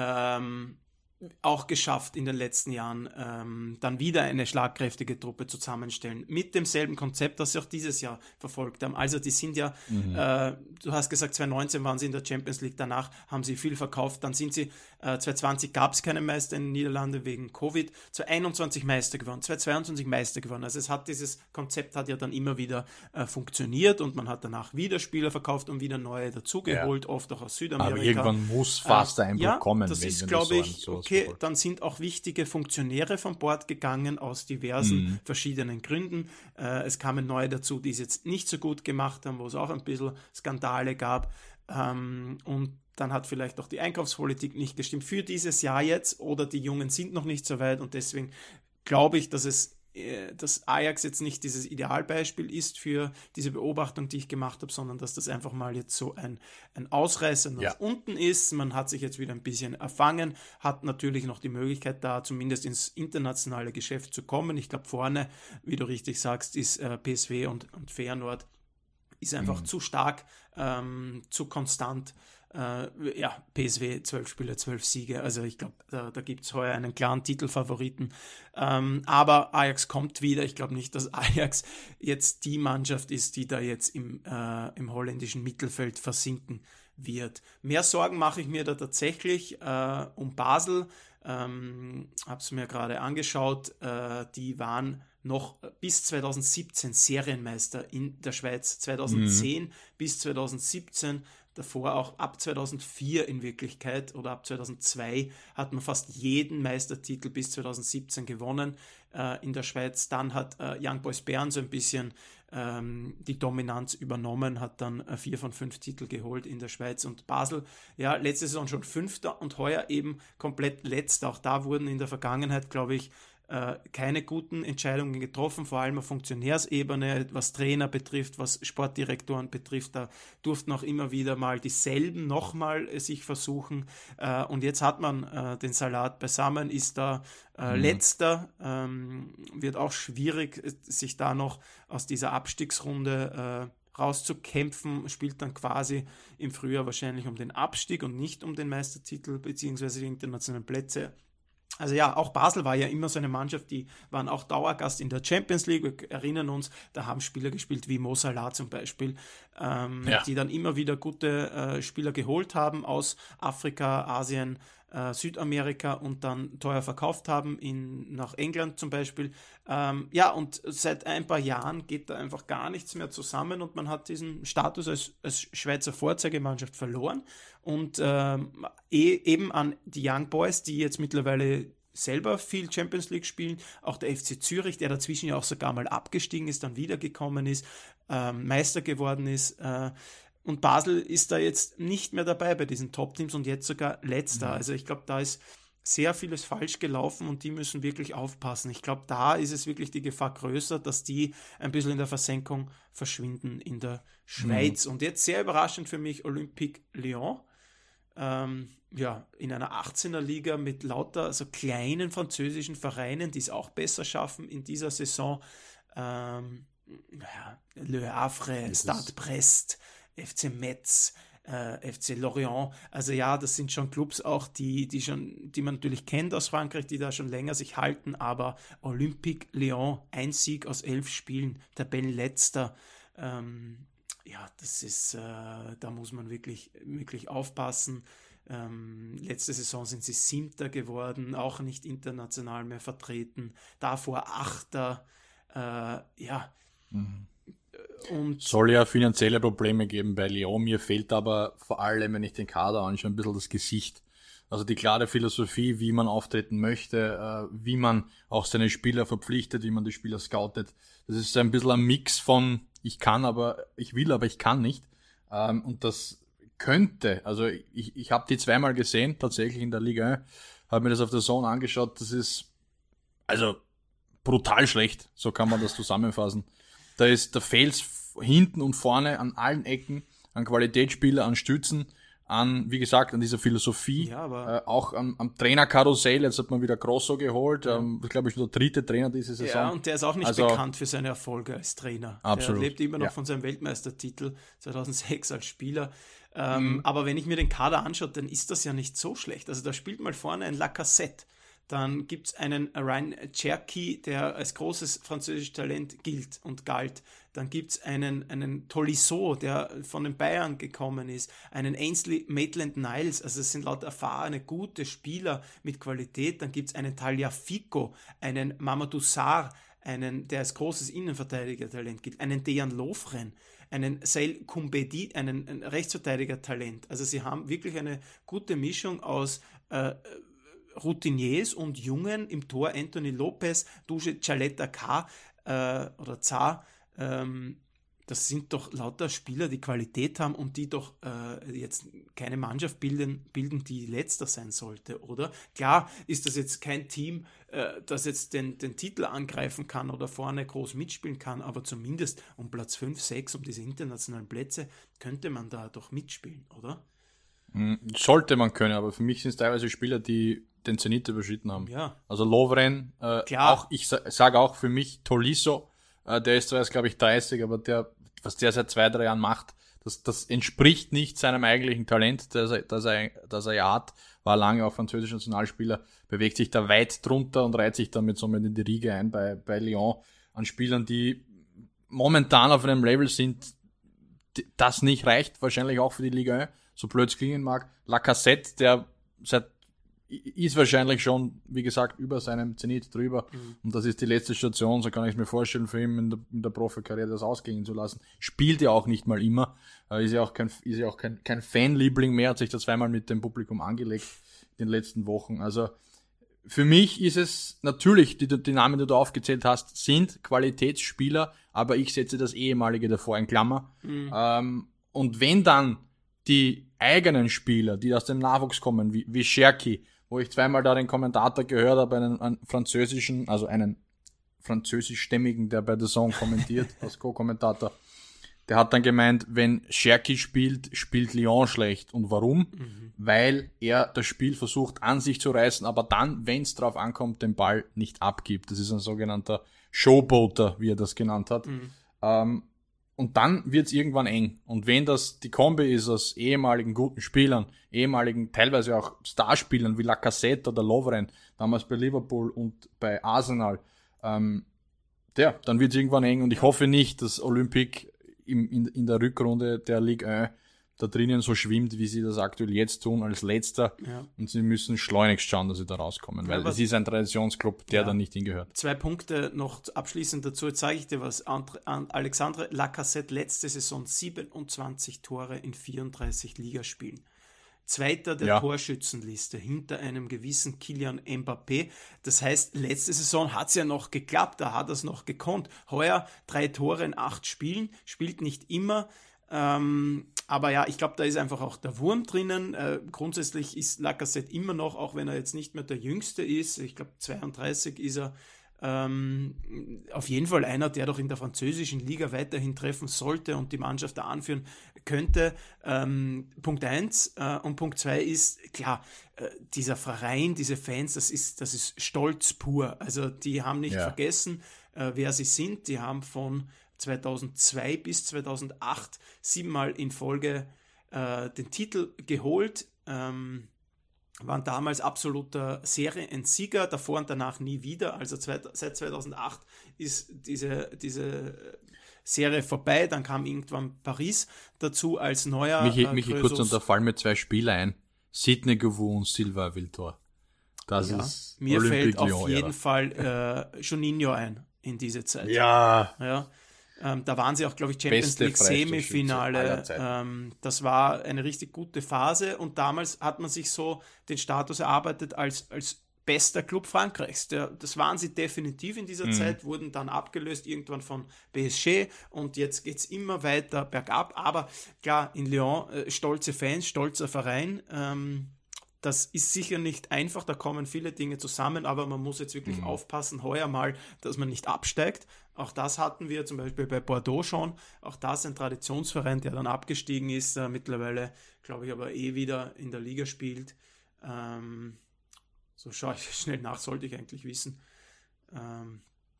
B: ähm, auch geschafft in den letzten Jahren, ähm, dann wieder eine schlagkräftige Truppe zusammenstellen. Mit demselben Konzept, das sie auch dieses Jahr verfolgt haben. Also die sind ja, mhm. äh, du hast gesagt, zwanzig neunzehn waren sie in der Champions League, danach haben sie viel verkauft, dann sind sie, äh, zwanzig zwanzig gab es keinen Meister in den Niederlanden wegen Covid, zwanzig einundzwanzig Meister gewonnen, zwanzig zweiundzwanzig Meister gewonnen. Also es hat dieses Konzept hat ja dann immer wieder äh, funktioniert und man hat danach wieder Spieler verkauft und wieder neue dazugeholt, ja. oft auch aus Südamerika.
A: Aber irgendwann muss fast der
B: äh,
A: Einbruch
B: ja,
A: kommen.
B: Das
A: wenn,
B: ist,
A: wenn
B: glaube
A: so
B: ich, okay. Okay, dann sind auch wichtige Funktionäre von Bord gegangen aus diversen mhm. verschiedenen Gründen. Äh, es kamen neue dazu, die es jetzt nicht so gut gemacht haben, wo es auch ein bisschen Skandale gab. Ähm, und dann hat vielleicht auch die Einkaufspolitik nicht gestimmt für dieses Jahr jetzt oder die Jungen sind noch nicht so weit und deswegen glaube ich, dass es dass Ajax jetzt nicht dieses Idealbeispiel ist für diese Beobachtung, die ich gemacht habe, sondern dass das einfach mal jetzt so ein, ein Ausreißer nach ja. unten ist. Man hat sich jetzt wieder ein bisschen erfangen, hat natürlich noch die Möglichkeit da, zumindest ins internationale Geschäft zu kommen. Ich glaube, vorne, wie du richtig sagst, ist äh, P S V und, und Feyenoord ist einfach mhm. zu stark, ähm, zu konstant. Äh, ja, P S V, zwölf Spiele, zwölf Siege, also ich glaube, da, da gibt es heuer einen klaren Titelfavoriten, ähm, aber Ajax kommt wieder, ich glaube nicht, dass Ajax jetzt die Mannschaft ist, die da jetzt im, äh, im holländischen Mittelfeld versinken wird. Mehr Sorgen mache ich mir da tatsächlich äh, um Basel, ähm, habe es mir gerade angeschaut, äh, die waren noch bis zwanzig siebzehn Serienmeister in der Schweiz, zwanzig zehn mhm. bis zwanzig siebzehn, davor auch ab zweitausendvier in Wirklichkeit oder ab zweitausendzwei hat man fast jeden Meistertitel bis zwanzig siebzehn gewonnen äh, in der Schweiz. Dann hat äh, Young Boys Bern so ein bisschen ähm, die Dominanz übernommen, hat dann äh, vier von fünf Titel geholt in der Schweiz und Basel, ja, letzte Saison schon Fünfter und heuer eben komplett Letzter. Auch da wurden in der Vergangenheit, glaube ich, äh, keine guten Entscheidungen getroffen, vor allem auf Funktionärsebene, was Trainer betrifft, was Sportdirektoren betrifft. Da durften auch immer wieder mal dieselben nochmal äh, sich versuchen. Äh, und jetzt hat man äh, den Salat beisammen, ist da äh, mhm. letzter. Ähm, wird auch schwierig, sich da noch aus dieser Abstiegsrunde äh, rauszukämpfen, spielt dann quasi im Frühjahr wahrscheinlich um den Abstieg und nicht um den Meistertitel bzw. die internationalen Plätze. Also ja, auch Basel war ja immer so eine Mannschaft, die waren auch Dauergast in der Champions League. Wir erinnern uns, da haben Spieler gespielt wie Mo Salah zum Beispiel, ähm, ja. die dann immer wieder gute äh, Spieler geholt haben aus Afrika, Asien, äh, Südamerika und dann teuer verkauft haben, in, nach England zum Beispiel. Ähm, ja, und seit ein paar Jahren geht da einfach gar nichts mehr zusammen und man hat diesen Status als, als Schweizer Vorzeigemannschaft verloren. Und ähm, e- eben an die Young Boys, die jetzt mittlerweile selber viel Champions League spielen, auch der F C Zürich, der dazwischen ja auch sogar mal abgestiegen ist, dann wiedergekommen ist, ähm, Meister geworden ist, äh, und Basel ist da jetzt nicht mehr dabei bei diesen Top-Teams und jetzt sogar letzter. Mhm. Also ich glaube, da ist sehr vieles falsch gelaufen und die müssen wirklich aufpassen. Ich glaube, da ist es wirklich die Gefahr größer, dass die ein bisschen in der Versenkung verschwinden in der Schweiz. Mhm. Und jetzt sehr überraschend für mich Olympique Lyon. Ähm, ja, in einer achtzehner Liga mit lauter also kleinen französischen Vereinen, die es auch besser schaffen in dieser Saison. Ähm, ja, Le Havre, Stade Brest, F C Metz, äh, F C Lorient, also ja, das sind schon Clubs auch, die, die, schon, die man natürlich kennt aus Frankreich, die da schon länger sich halten, aber Olympique Lyon, ein Sieg aus elf Spielen, Tabellenletzter, ähm, ja, das ist, äh, da muss man wirklich, wirklich aufpassen. Ähm, letzte Saison sind sie Siebter geworden, auch nicht international mehr vertreten, davor Achter, äh, ja,
A: mhm. Und soll ja finanzielle Probleme geben bei Lyon. Mir fehlt aber vor allem, wenn ich den Kader anschaue, ein bisschen das Gesicht. Also die klare Philosophie, wie man auftreten möchte, äh, wie man auch seine Spieler verpflichtet, wie man die Spieler scoutet. Das ist ein bisschen ein Mix von ich kann, aber ich will, aber ich kann nicht. Ähm, und das könnte, also ich, ich habe die zweimal gesehen, tatsächlich in der Liga eins, habe mir das auf der Zone angeschaut. Das ist also brutal schlecht, so kann man das zusammenfassen. Da ist der Fels hinten und vorne an allen Ecken, an Qualitätsspieler, an Stützen, an, wie gesagt, an dieser Philosophie, ja, aber äh, auch am, am Trainerkarussell. Jetzt hat man wieder Grosso geholt, ja. ähm, glaube ich, der dritte Trainer diese Saison.
B: Ja, und der ist auch nicht also, bekannt für seine Erfolge als Trainer.
A: Absolut.
B: Der lebt immer noch ja. von seinem Weltmeistertitel zweitausendsechs als Spieler. Ähm, mhm. Aber wenn ich mir den Kader anschaue, dann ist das ja nicht so schlecht. Also da spielt mal vorne ein Lacazette. Dann gibt es einen Ryan Cherki, der als großes französisches Talent gilt und galt. Dann gibt es einen, einen Tolisso, der von den Bayern gekommen ist. Einen Ainsley Maitland-Niles. Also es sind lauter erfahrene, gute Spieler mit Qualität. Dann gibt es einen Tagliafico, einen Mamadou Sarr, einen, der als großes Innenverteidiger-Talent gilt. Einen Dejan Lovren, einen Saïd Koumbedi, einen, einen Rechtsverteidiger-Talent. Also sie haben wirklich eine gute Mischung aus äh, Routiniers und Jungen im Tor, Anthony Lopez, Duce Caleta K äh, oder Zar, ähm, das sind doch lauter Spieler, die Qualität haben und die doch äh, jetzt keine Mannschaft bilden, bilden, die letzter sein sollte, oder? Klar ist das jetzt kein Team, äh, das jetzt den, den Titel angreifen kann oder vorne groß mitspielen kann, aber zumindest um Platz fünf, sechs, um diese internationalen Plätze, könnte man da doch mitspielen, oder?
A: Sollte man können, aber für mich sind es teilweise Spieler, die den Zenit überschritten haben.
B: Ja.
A: Also Lovren, äh, auch ich sa- sage auch für mich Tolisso, äh, der ist zwar jetzt, glaube ich, dreißig, aber der, was der seit zwei, drei Jahren macht, das, das entspricht nicht seinem eigentlichen Talent, das er, das er, das er ja hat, war lange auch französischer Nationalspieler, bewegt sich da weit drunter und reiht sich damit somit in die Riege ein bei, bei Lyon an Spielern, die momentan auf einem Level sind, das nicht reicht, wahrscheinlich auch für die Liga eins, so blöd es klingen mag. Lacazette, der seit ist wahrscheinlich schon, wie gesagt, über seinem Zenit drüber. Mhm. Und das ist die letzte Station, so kann ich es mir vorstellen, für ihn in der, in der Profikarriere das ausgehen zu lassen. Spielt ja auch nicht mal immer. Äh, ist ja auch kein, ist ja auch kein, kein Fanliebling mehr, hat sich da zweimal mit dem Publikum angelegt in den letzten Wochen. Also für mich ist es natürlich, die, die Namen, die du aufgezählt hast, sind Qualitätsspieler, aber ich setze das ehemalige davor in Klammer. Mhm. Ähm, und wenn dann die eigenen Spieler, die aus dem Nachwuchs kommen, wie, wie Cherki, wo ich zweimal da den Kommentator gehört habe, einen, einen französischen, also einen französischstämmigen, der bei The Zone kommentiert, als Co-Kommentator. Der hat dann gemeint, wenn Cherki spielt, spielt Lyon schlecht. Und warum? Mhm. Weil er das Spiel versucht an sich zu reißen, aber dann, wenn es drauf ankommt, den Ball nicht abgibt. Das ist ein sogenannter Showboater, wie er das genannt hat. Mhm. Ähm, und dann wird es irgendwann eng. Und wenn das die Kombi ist aus ehemaligen guten Spielern, ehemaligen teilweise auch Starspielern wie Lacazette oder Lovren, damals bei Liverpool und bei Arsenal, ähm, ja, dann wird es irgendwann eng. Und ich hoffe nicht, dass Olympique im, in, in der Rückrunde der Ligue eins da drinnen so schwimmt, wie sie das aktuell jetzt tun, als Letzter. Ja. Und sie müssen schleunigst schauen, dass sie da rauskommen, weil es ist ein Traditionsclub, der ja. da nicht hingehört.
B: Zwei Punkte noch abschließend dazu. Jetzt sage ich dir was. Alexandre Lacazette letzte Saison siebenundzwanzig Tore in vierunddreißig Ligaspielen. Zweiter der ja. Torschützenliste hinter einem gewissen Kylian Mbappé. Das heißt, letzte Saison hat es ja noch geklappt, da hat er es noch gekonnt. Heuer drei Tore in acht Spielen, spielt nicht immer. Ähm, aber ja, ich glaube, da ist einfach auch der Wurm drinnen. Äh, grundsätzlich ist Lacazette immer noch, auch wenn er jetzt nicht mehr der Jüngste ist, ich glaube zweiunddreißig ist er, ähm, auf jeden Fall einer, der doch in der französischen Liga weiterhin treffen sollte und die Mannschaft da anführen könnte. Ähm, Punkt eins äh, und Punkt zwei ist, klar, äh, dieser Verein, diese Fans, das ist, das ist Stolz pur. Also die haben nicht ja. vergessen, äh, wer sie sind. Die haben von zweitausendzwei bis zweitausendacht siebenmal in Folge äh, den Titel geholt. Ähm, waren damals absoluter Seriensieger, davor und danach nie wieder. Also seit zweitausendacht ist diese, diese Serie vorbei. Dann kam irgendwann Paris dazu als neuer.
A: Michi, äh, Michi kurz, und da fallen mir zwei Spieler ein. Sidney Govou und Silva Viltor. Das
B: ja,
A: ist
B: mir Olympique fällt Lyon, auf jeden ja. Fall äh, Juninho ein in diese Zeit.
A: Ja.
B: ja. Ähm, da waren sie auch, glaube ich, Champions League Semifinale. Ähm, das war eine richtig gute Phase und damals hat man sich so den Status erarbeitet als, als bester Club Frankreichs. Der, das waren sie definitiv in dieser mhm. Zeit, wurden dann abgelöst irgendwann von P S G und jetzt geht es immer weiter bergab. Aber klar, in Lyon äh, stolze Fans, stolzer Verein. Ähm, Das ist sicher nicht einfach, da kommen viele Dinge zusammen, aber man muss jetzt wirklich mhm. aufpassen, heuer mal, dass man nicht absteigt. Auch das hatten wir zum Beispiel bei Bordeaux schon. Auch das ein Traditionsverein, der dann abgestiegen ist, äh, mittlerweile, glaube ich, aber eh wieder in der Liga spielt. Ähm, so schaue ich schnell nach, sollte ich eigentlich wissen. Ähm,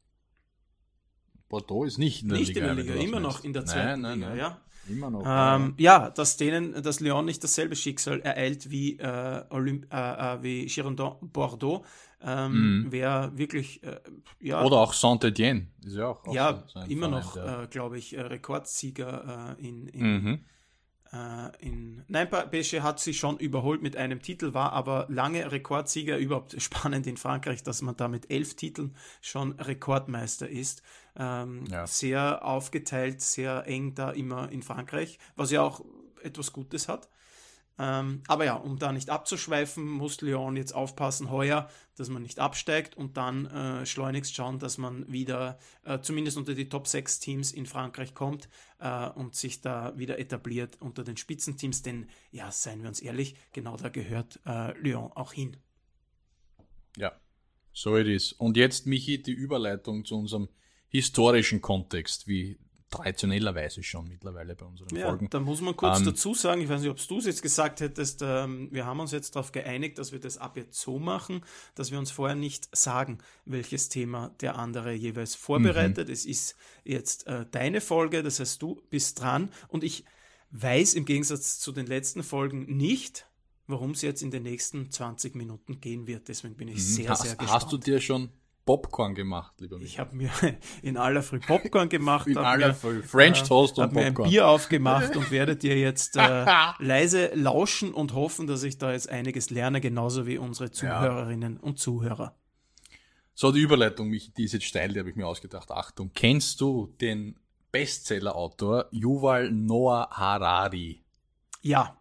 A: Bordeaux ist nicht in der
B: nicht
A: Liga.
B: Nicht in der Liga, immer noch in der zweiten
A: nein,
B: Liga,
A: nein,
B: ja.
A: Immer noch.
B: Ähm, ja, dass denen, dass Lyon nicht dasselbe Schicksal ereilt wie, äh, Olymp- äh, äh, wie Girondins Bordeaux, ähm, mhm. wäre wirklich, äh, ja.
A: Oder auch Saint-Étienne, ist ja auch, auch
B: ja,
A: so, so
B: immer
A: Verein,
B: noch,
A: ja.
B: äh, glaube ich, äh, Rekordsieger äh, in, in,
A: mhm.
B: äh, in Nein, P S G hat sie schon überholt mit einem Titel, war aber lange Rekordsieger, überhaupt spannend in Frankreich, dass man da mit elf Titeln schon Rekordmeister ist. Ähm, ja. Sehr aufgeteilt, sehr eng da immer in Frankreich, was ja auch etwas Gutes hat. Ähm, aber ja, um da nicht abzuschweifen, muss Lyon jetzt aufpassen heuer, dass man nicht absteigt und dann äh, schleunigst schauen, dass man wieder äh, zumindest unter die Top sechs Teams in Frankreich kommt äh, und sich da wieder etabliert unter den Spitzenteams, denn ja, seien wir uns ehrlich, genau da gehört äh, Lyon auch hin.
A: Ja, so it is. Und jetzt, Michi, die Überleitung zu unserem historischen Kontext, wie traditionellerweise schon mittlerweile bei unseren
B: ja,
A: Folgen.
B: Da muss man kurz
A: ähm,
B: dazu sagen, ich weiß nicht, ob du es jetzt gesagt hättest, ähm, wir haben uns jetzt darauf geeinigt, dass wir das ab jetzt so machen, dass wir uns vorher nicht sagen, welches Thema der andere jeweils vorbereitet. Mhm. Es ist jetzt äh, deine Folge, das heißt, du bist dran und ich weiß im Gegensatz zu den letzten Folgen nicht, worum es jetzt in den nächsten zwanzig Minuten gehen wird. Deswegen bin ich mhm. sehr,
A: hast,
B: sehr gespannt.
A: Hast du dir schon Popcorn gemacht, lieber Michael?
B: Ich habe mir in aller Früh Popcorn gemacht.
A: in aller mir, Früh French äh, Toast und Popcorn.
B: Mir ein Bier aufgemacht und werde dir jetzt äh, leise lauschen und hoffen, dass ich da jetzt einiges lerne, genauso wie unsere Zuhörerinnen ja. und Zuhörer.
A: So, die Überleitung, Michi, die ist jetzt steil, die habe ich mir ausgedacht. Achtung, kennst du den Bestseller-Autor Yuval Noah Harari?
B: Ja.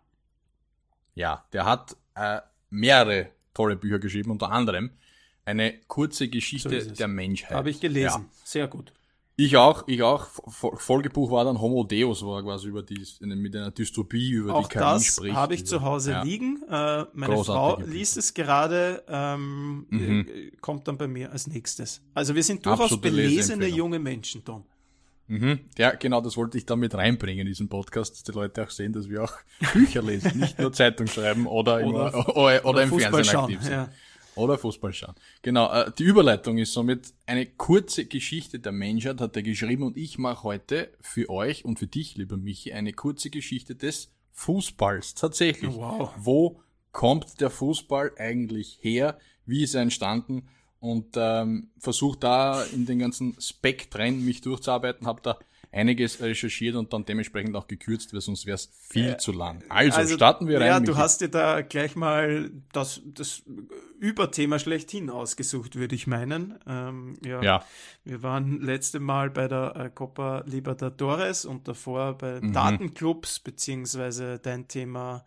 A: Ja, der hat äh, mehrere tolle Bücher geschrieben, unter anderem eine kurze Geschichte
B: so
A: der Menschheit.
B: Habe ich gelesen. Ja. Sehr gut.
A: Ich auch, ich auch. Folgebuch war dann Homo Deus, war quasi über die, mit einer Dystopie über
B: auch
A: die K I
B: das
A: spricht.
B: habe ich
A: über,
B: zu Hause
A: ja.
B: liegen. Äh, meine
A: Großartige
B: Frau
A: Bücher.
B: liest es gerade, ähm,
A: Mhm.
B: äh, kommt dann bei mir als nächstes. Also wir sind durchaus
A: Absolute
B: belesene
A: Leseempfehlung.
B: junge Menschen, Tom.
A: Mhm. Ja, genau, das wollte ich damit reinbringen in diesen Podcast, dass die Leute auch sehen, dass wir auch Bücher lesen, nicht nur Zeitung schreiben oder,
B: Oder-
A: immer, oder, oder im
B: Fußball
A: Fernsehen
B: schauen,
A: aktiv sind.
B: ja.
A: Oder Fußball schauen. Genau, äh, die Überleitung ist somit eine kurze Geschichte der Menschheit, hat er geschrieben, und ich mache heute für euch und für dich, lieber Michi, eine kurze Geschichte des Fußballs. Tatsächlich.
B: Wow.
A: Wo kommt der Fußball eigentlich her? Wie ist er entstanden? Und ähm, versuche da in den ganzen Spektren mich durchzuarbeiten, habe da einiges recherchiert und dann dementsprechend auch gekürzt, weil sonst wäre es viel
B: Äh,
A: zu lang. Also, starten wir rein.
B: Ja,
A: Michi.
B: du hast dir da gleich mal das, das Überthema schlechthin ausgesucht, würde ich meinen. Ähm, ja,
A: Ja.
B: Wir waren letzte Mal bei der äh, Copa Libertadores und davor bei
A: Mhm.
B: Datenclubs, beziehungsweise dein Thema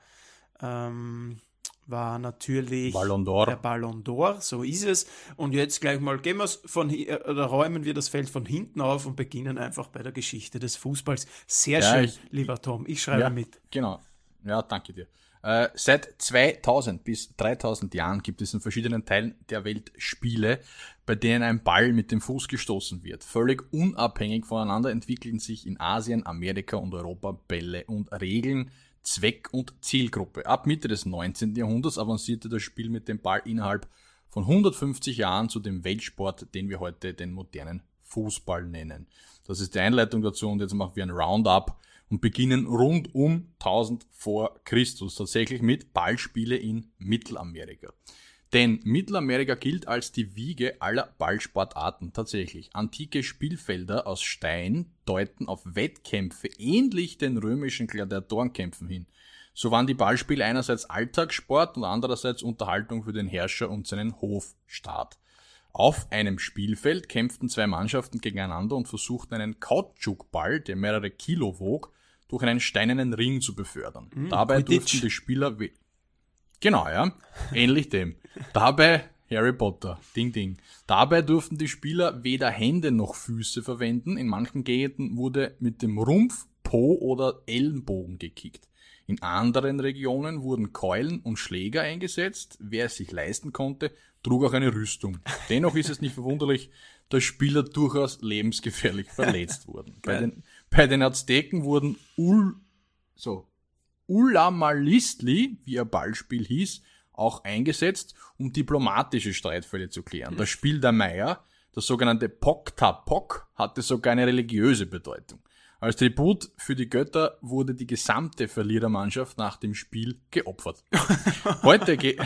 B: ähm, war natürlich
A: Ballon d'Or.
B: der Ballon d'Or, so ist es. Und jetzt gleich mal gehen wir's von hi- äh, oder räumen wir das Feld von hinten auf und beginnen einfach bei der Geschichte des Fußballs. Sehr
A: Ja,
B: schön,
A: ich-
B: lieber Tom. Ich schreibe
A: Ja,
B: mit.
A: genau. Ja, danke dir. Äh, seit zweitausend bis dreitausend Jahren gibt es in verschiedenen Teilen der Welt Spiele, bei denen ein Ball mit dem Fuß gestoßen wird. Völlig unabhängig voneinander entwickeln sich in Asien, Amerika und Europa Bälle und Regeln, Zweck und Zielgruppe. Ab Mitte des neunzehnten Jahrhunderts avancierte das Spiel mit dem Ball innerhalb von hundertfünfzig Jahren zu dem Weltsport, den wir heute den modernen Fußball nennen. Das ist die Einleitung dazu und jetzt machen wir ein Roundup und beginnen rund um tausend vor Christus, tatsächlich mit Ballspiele in Mittelamerika. Denn Mittelamerika gilt als die Wiege aller Ballsportarten tatsächlich. Antike Spielfelder aus Stein deuten auf Wettkämpfe ähnlich den römischen Gladiatorenkämpfen hin. So waren die Ballspiele einerseits Alltagssport und andererseits Unterhaltung für den Herrscher und seinen Hofstaat. Auf einem Spielfeld kämpften zwei Mannschaften gegeneinander und versuchten einen Kautschukball, der mehrere Kilo wog, durch einen steinernen Ring zu befördern.
B: Mm,
A: Dabei
B: Quidditch.
A: durften die Spieler... We- genau, ja, ähnlich dem. Dabei, Harry Potter, ding ding. Dabei durften die Spieler weder Hände noch Füße verwenden. In manchen Gegenden wurde mit dem Rumpf, Po oder Ellenbogen gekickt. In anderen Regionen wurden Keulen und Schläger eingesetzt. Wer es sich leisten konnte, trug auch eine Rüstung. Dennoch ist es nicht verwunderlich, dass Spieler durchaus lebensgefährlich verletzt wurden. Bei den, bei den Azteken wurden Ul, so, Ullamalistli, wie ihr Ballspiel hieß, auch eingesetzt, um diplomatische Streitfälle zu klären. Das Spiel der Maya, das sogenannte Pok-Ta-Pok, hatte sogar eine religiöse Bedeutung. Als Tribut für die Götter wurde die gesamte Verlierermannschaft nach dem Spiel geopfert. Heute ge-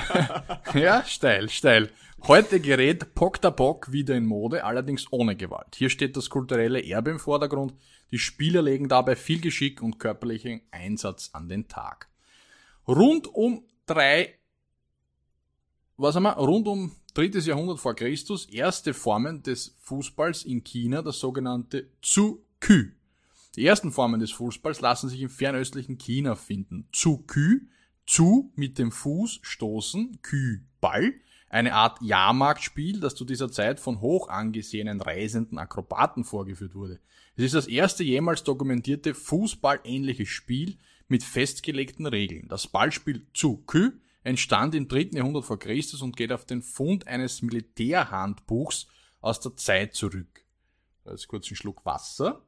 A: ja, steil, steil. Heute gerät Pok-Ta-Pok wieder in Mode, allerdings ohne Gewalt. Hier steht das kulturelle Erbe im Vordergrund. Die Spieler legen dabei viel Geschick und körperlichen Einsatz an den Tag. Rund um drei, was haben wir? Rund um drittes Jahrhundert vor Christus erste Formen des Fußballs in China, das sogenannte Zhu-Kü. Die ersten Formen des Fußballs lassen sich im fernöstlichen China finden. Zhu-Kü, Zhu mit dem Fuß stoßen, Kü Ball, eine Art Jahrmarktspiel, das zu dieser Zeit von hoch angesehenen reisenden Akrobaten vorgeführt wurde. Es ist das erste jemals dokumentierte fußballähnliche Spiel mit festgelegten Regeln. Das Ballspiel Zhu-Kü entstand im dritten Jahrhundert vor Christus und geht auf den Fund eines Militärhandbuchs aus der Zeit zurück. Jetzt kurz einen Schluck Wasser.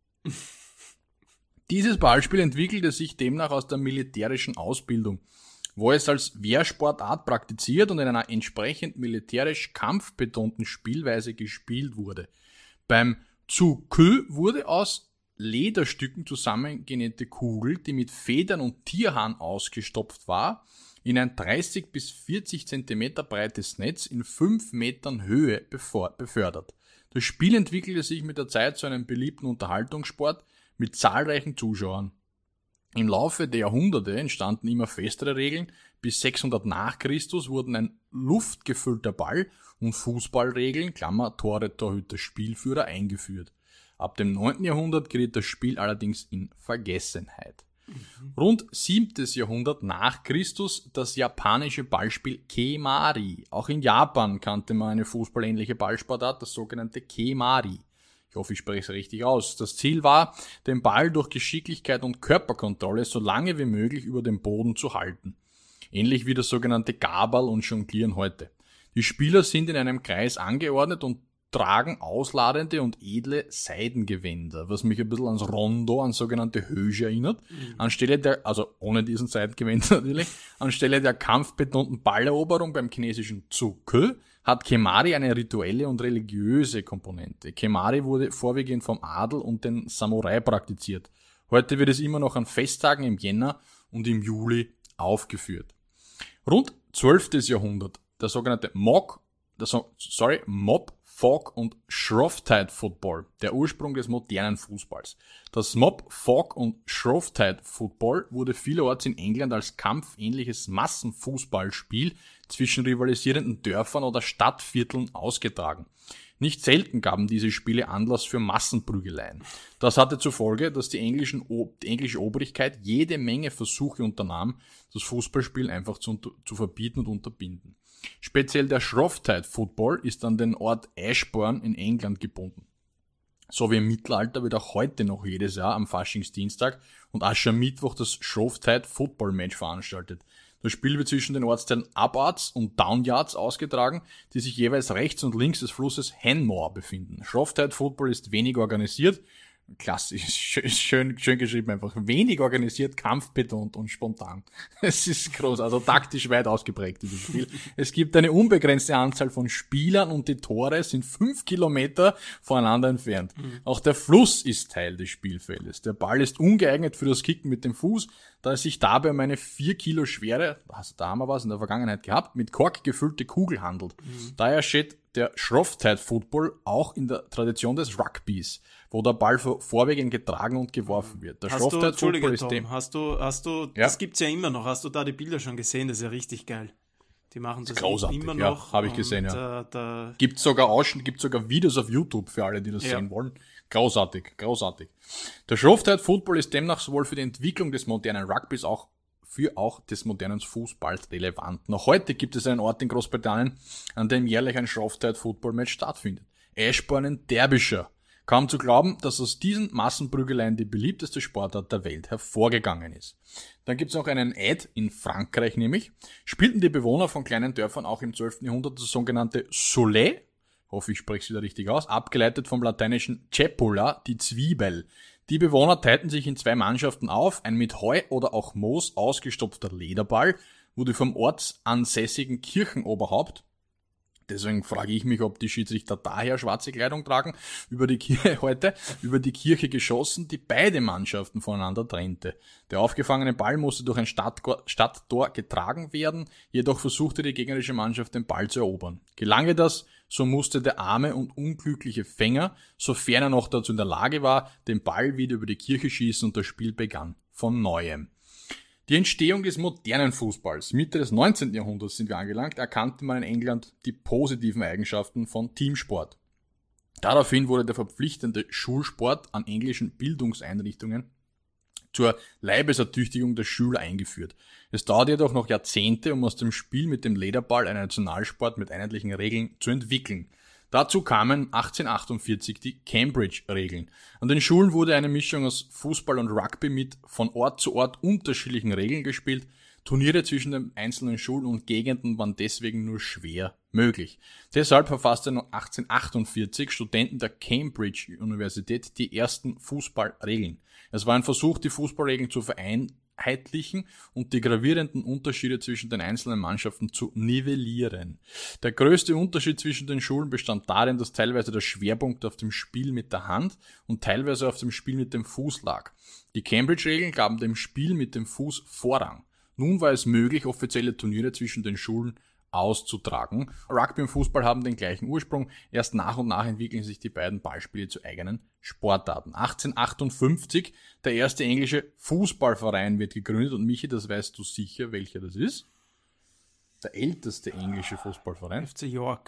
A: Dieses Ballspiel entwickelte sich demnach aus der militärischen Ausbildung, wo es als Wehrsportart praktiziert und in einer entsprechend militärisch kampfbetonten Spielweise gespielt wurde. Beim Zhu-Kü wurde aus Lederstücken zusammengenähte Kugel, die mit Federn und Tierhahn ausgestopft war, in ein dreißig bis vierzig Zentimeter breites Netz in fünf Metern Höhe befördert. Das Spiel entwickelte sich mit der Zeit zu einem beliebten Unterhaltungssport mit zahlreichen Zuschauern. Im Laufe der Jahrhunderte entstanden immer festere Regeln. Bis sechshundert nach Christus wurden ein luftgefüllter Ball und Fußballregeln, Klammer, Tore, Torhüter, Spielführer, eingeführt. Ab dem neunten Jahrhundert geriet das Spiel allerdings in Vergessenheit. Mhm. Rund siebtes Jahrhundert nach Christus das japanische Ballspiel Kemari. Auch in Japan kannte man eine fußballähnliche Ballsportart, das sogenannte Kemari. Ich hoffe, ich spreche es richtig aus. Das Ziel war, den Ball durch Geschicklichkeit und Körperkontrolle so lange wie möglich über dem Boden zu halten. Ähnlich wie das sogenannte Gabal und Jonglieren heute. Die Spieler sind in einem Kreis angeordnet und tragen ausladende und edle Seidengewänder, was mich ein bisschen ans Rondo, an sogenannte Höge erinnert. Mhm. Anstelle der, also ohne diesen Seidengewänder natürlich, anstelle der kampfbetonten Balleroberung beim chinesischen Zukö hat Kemari eine rituelle und religiöse Komponente. Kemari wurde vorwiegend vom Adel und den Samurai praktiziert. Heute wird es immer noch an Festtagen im Jänner und im Juli aufgeführt. Rund zwölftes Jahrhundert, der sogenannte Mock, der so, sorry, Mob, Folk und Shrovetide Football, der Ursprung des modernen Fußballs. Das Mob, Folk und Shrovetide Football wurde vielerorts in England als kampfähnliches Massenfußballspiel zwischen rivalisierenden Dörfern oder Stadtvierteln ausgetragen. Nicht selten gaben diese Spiele Anlass für Massenprügeleien. Das hatte zur Folge, dass die, englischen, die englische Obrigkeit jede Menge Versuche unternahm, das Fußballspiel einfach zu, zu verbieten und unterbinden. Speziell der Shrovetide Football ist an den Ort Ashbourne in England gebunden. So wie im Mittelalter wird auch heute noch jedes Jahr am Faschingsdienstag und Aschermittwoch das Shrovetide Football Match veranstaltet. Das Spiel wird zwischen den Ortsteilen Upyards und Downyards ausgetragen, die sich jeweils rechts und links des Flusses Henmore befinden. Shrovetide Football ist wenig organisiert, klassisch, schön, schön geschrieben einfach, wenig organisiert, kampfbetont und spontan. Es ist groß, also taktisch weit ausgeprägt, dieses Spiel. Es gibt eine unbegrenzte Anzahl von Spielern und die Tore sind fünf Kilometer voneinander entfernt. Mhm. Auch der Fluss ist Teil des Spielfeldes. Der Ball ist ungeeignet für das Kicken mit dem Fuß, da es sich dabei um eine vier Kilo schwere, also da haben wir was in der Vergangenheit gehabt, mit Kork gefüllte Kugel handelt. Mhm. Daher steht der Shrovetide Football auch in der Tradition des Rugbys, wo der Ball vorwiegend getragen und geworfen wird. Der
B: Shrovetide Football ist dem. Hast du, hast du, ja. Das gibt's ja immer noch. Hast du da die Bilder schon gesehen? Das ist ja richtig geil. Die machen das
A: großartig,
B: immer noch.
A: Ja, habe ich gesehen, ja.
B: Äh, da
A: gibt's sogar Ausschnitt, gibt's sogar Videos auf YouTube für alle, die das ja. sehen wollen. Großartig, großartig. Der Shrovetide Football ist demnach sowohl für die Entwicklung des modernen Rugbys auch für auch des modernen Fußballs relevant. Noch heute gibt es einen Ort in Großbritannien, an dem jährlich ein Shrovetide Football Match stattfindet. Ashbourne in Derbyshire. Kaum zu glauben, dass aus diesen Massenprügeleien die beliebteste Sportart der Welt hervorgegangen ist. Dann gibt es noch einen Ad in Frankreich nämlich. Spielten die Bewohner von kleinen Dörfern auch im zwölften Jahrhundert das sogenannte Soleil, hoffe ich spreche es wieder richtig aus, abgeleitet vom lateinischen Cepola, die Zwiebel. Die Bewohner teilten sich in zwei Mannschaften auf, ein mit Heu oder auch Moos ausgestopfter Lederball wurde vom ortsansässigen Kirchenoberhaupt, deswegen frage ich mich, ob die Schiedsrichter daher schwarze Kleidung tragen, über die Kirche heute, über die Kirche geschossen, die beide Mannschaften voneinander trennte. Der aufgefangene Ball musste durch ein Stadttor getragen werden, jedoch versuchte die gegnerische Mannschaft den Ball zu erobern. Gelang ihr das, so musste der arme und unglückliche Fänger, sofern er noch dazu in der Lage war, den Ball wieder über die Kirche schießen und das Spiel begann von Neuem. Die Entstehung des modernen Fußballs. Mitte des neunzehnten Jahrhunderts sind wir angelangt, erkannte man in England die positiven Eigenschaften von Teamsport. Daraufhin wurde der verpflichtende Schulsport an englischen Bildungseinrichtungen zur Leibesertüchtigung der Schüler eingeführt. Es dauerte jedoch noch Jahrzehnte, um aus dem Spiel mit dem Lederball einen Nationalsport mit einheitlichen Regeln zu entwickeln. Dazu kamen achtzehnhundertachtundvierzig die Cambridge-Regeln. An den Schulen wurde eine Mischung aus Fußball und Rugby mit von Ort zu Ort unterschiedlichen Regeln gespielt. Turniere zwischen den einzelnen Schulen und Gegenden waren deswegen nur schwer möglich. Deshalb verfassten achtzehnhundertachtundvierzig Studenten der Cambridge-Universität die ersten Fußballregeln. Es war ein Versuch, die Fußballregeln zu vereinheitlichen und die gravierenden Unterschiede zwischen den einzelnen Mannschaften zu nivellieren. Der größte Unterschied zwischen den Schulen bestand darin, dass teilweise der Schwerpunkt auf dem Spiel mit der Hand und teilweise auf dem Spiel mit dem Fuß lag. Die Cambridge-Regeln gaben dem Spiel mit dem Fuß Vorrang. Nun war es möglich, offizielle Turniere zwischen den Schulen auszutragen. Rugby und Fußball haben den gleichen Ursprung. Erst nach und nach entwickeln sich die beiden Ballspiele zu eigenen Sportarten. achtzehnhundertachtundfünfzig, der erste englische Fußballverein wird gegründet. Und Michi, das weißt du sicher, welcher das ist? Der älteste englische Fußballverein.
B: F C York.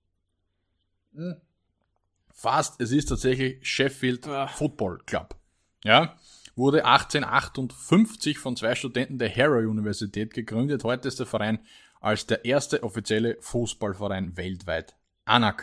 A: Hm. Fast, es ist tatsächlich Sheffield Ach. Football Club. Ja, wurde achtzehnhundertachtundfünfzig von zwei Studenten der Harrow-Universität gegründet. Heute ist der Verein als der erste offizielle Fußballverein weltweit anerkannt.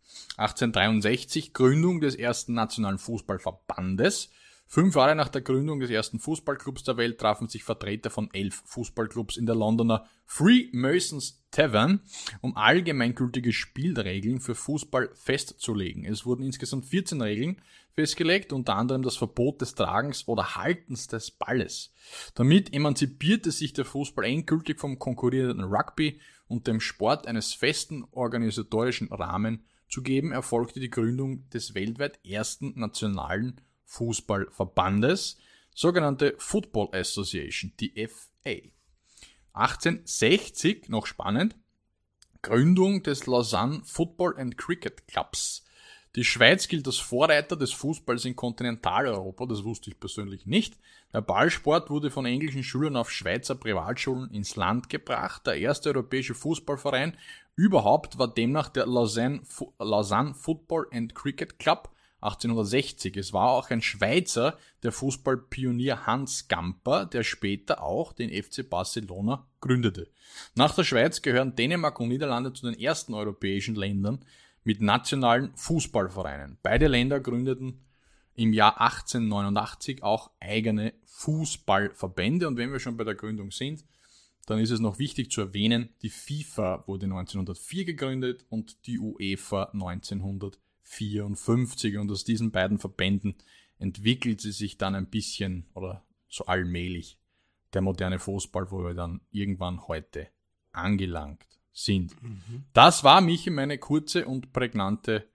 A: achtzehnhundertdreiundsechzig Gründung des ersten nationalen Fußballverbandes. Fünf Jahre nach der Gründung des ersten Fußballclubs der Welt trafen sich Vertreter von elf Fußballclubs in der Londoner Freemasons Tavern, um allgemeingültige Spielregeln für Fußball festzulegen. Es wurden insgesamt vierzehn Regeln festgelegt, unter anderem das Verbot des Tragens oder Haltens des Balles. Damit emanzipierte sich der Fußball endgültig vom konkurrierenden Rugby und dem Sport eines festen organisatorischen Rahmen zu geben, erfolgte die Gründung des weltweit ersten nationalen Fußballverbandes, sogenannte Football Association, die F A. achtzehnhundertsechzig, noch spannend, Gründung des Lausanne Football and Cricket Clubs. Die Schweiz gilt als Vorreiter des Fußballs in Kontinentaleuropa, das wusste ich persönlich nicht. Der Ballsport wurde von englischen Schülern auf Schweizer Privatschulen ins Land gebracht. Der erste europäische Fußballverein überhaupt war demnach der Lausanne, Lausanne Football and Cricket Club achtzehnhundertsechzig. Es war auch ein Schweizer, der Fußballpionier Hans Gamper, der später auch den F C Barcelona gründete. Nach der Schweiz gehören Dänemark und Niederlande zu den ersten europäischen Ländern mit nationalen Fußballvereinen. Beide Länder gründeten im Jahr achtzehnhundertneunundachtzig auch eigene Fußballverbände. Und wenn wir schon bei der Gründung sind, dann ist es noch wichtig zu erwähnen, die FIFA wurde neunzehnhundertvier gegründet und die UEFA neunzehnhundertvierundfünfzig. Und aus diesen beiden Verbänden entwickelte sich dann ein bisschen oder so allmählich der moderne Fußball, wo wir dann irgendwann heute angelangt sind. Mhm. Das war, Michi, meine kurze und prägnante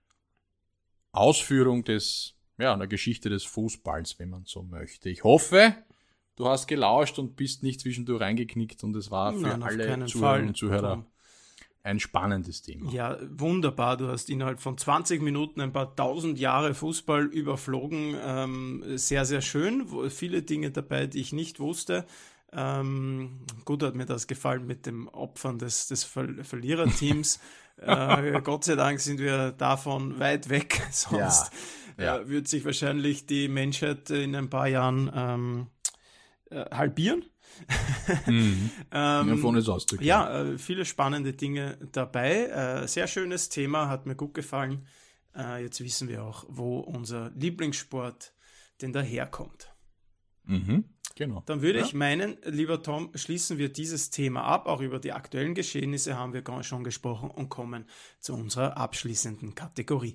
A: Ausführung des, ja, der Geschichte des Fußballs, wenn man so möchte. Ich hoffe, du hast gelauscht und bist nicht zwischendurch reingeknickt und es war für Nein, alle Zuhörer und Zuhörer ein spannendes Thema.
B: Ja, wunderbar. Du hast innerhalb von zwanzig Minuten ein paar tausend Jahre Fußball überflogen. Ähm, sehr, sehr schön. Viele Dinge dabei, die ich nicht wusste. Ähm, gut hat mir das gefallen mit dem Opfern des, des Ver- Verliererteams. äh, Gott sei Dank sind wir davon weit weg. Sonst ja, ja. Äh, wird sich wahrscheinlich die Menschheit in ein paar Jahren ähm, äh, halbieren.
A: mhm. ähm, Davon ist auszugehen.
B: Ja, äh, viele spannende Dinge dabei. Äh, sehr schönes Thema, hat mir gut gefallen. Äh, jetzt wissen wir auch, wo unser Lieblingssport denn daherkommt.
A: Mhm. Genau.
B: Dann würde ja. ich meinen, lieber Tom, schließen wir dieses Thema ab. Auch über die aktuellen Geschehnisse haben wir schon gesprochen und kommen zu unserer abschließenden Kategorie.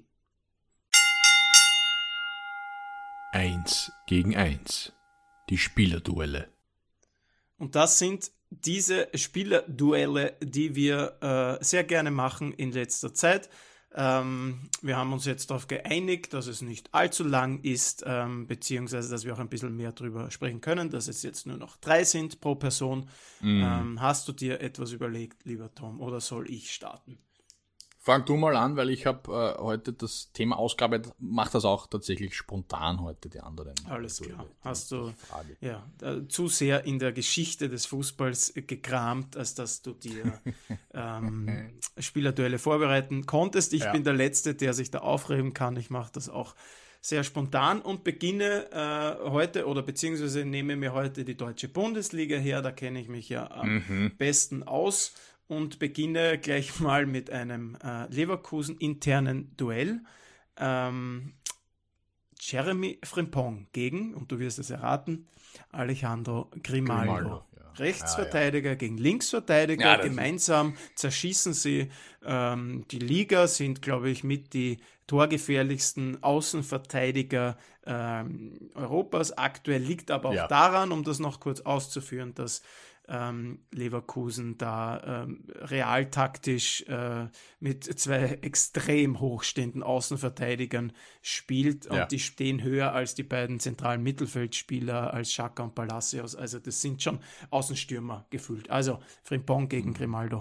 A: Eins gegen eins. Die Spielerduelle.
B: Und das sind diese Spielerduelle, die wir äh, sehr gerne machen in letzter Zeit. Ähm, wir haben uns jetzt darauf geeinigt, dass es nicht allzu lang ist, ähm, beziehungsweise dass wir auch ein bisschen mehr darüber sprechen können, dass es jetzt nur noch drei sind pro Person. Mm. Ähm, hast du dir etwas überlegt, lieber Tom, oder soll ich starten?
A: Fang du mal an, weil ich habe äh, heute das Thema ausgearbeitet, mach das auch tatsächlich spontan heute, die anderen.
B: Alles klar. Hast du ja, äh, zu sehr in der Geschichte des Fußballs gekramt, als dass du dir ähm, Spielerduelle vorbereiten konntest. Ich ja. bin der Letzte, der sich da aufregen kann. Ich mache das auch sehr spontan und beginne äh, heute oder beziehungsweise nehme mir heute die Deutsche Bundesliga her. Da kenne ich mich ja am mhm. besten aus. Und beginne gleich mal mit einem äh, Leverkusen-internen Duell. Ähm, Jeremy Frimpong gegen, und du wirst es erraten, Alejandro Grimaldo. Grimaldo ja. Rechtsverteidiger ja, ja. gegen Linksverteidiger. Ja, gemeinsam zerschießen sie ähm, die Liga, sind, glaube ich, mit die torgefährlichsten Außenverteidiger ähm, Europas. Aktuell liegt aber auch ja. daran, um das noch kurz auszuführen, dass Ähm, Leverkusen da ähm, realtaktisch äh, mit zwei extrem hochstehenden Außenverteidigern spielt und ja. die stehen höher als die beiden zentralen Mittelfeldspieler, als Xhaka und Palacios. Also das sind schon Außenstürmer gefühlt. Also Frimpong gegen Grimaldo.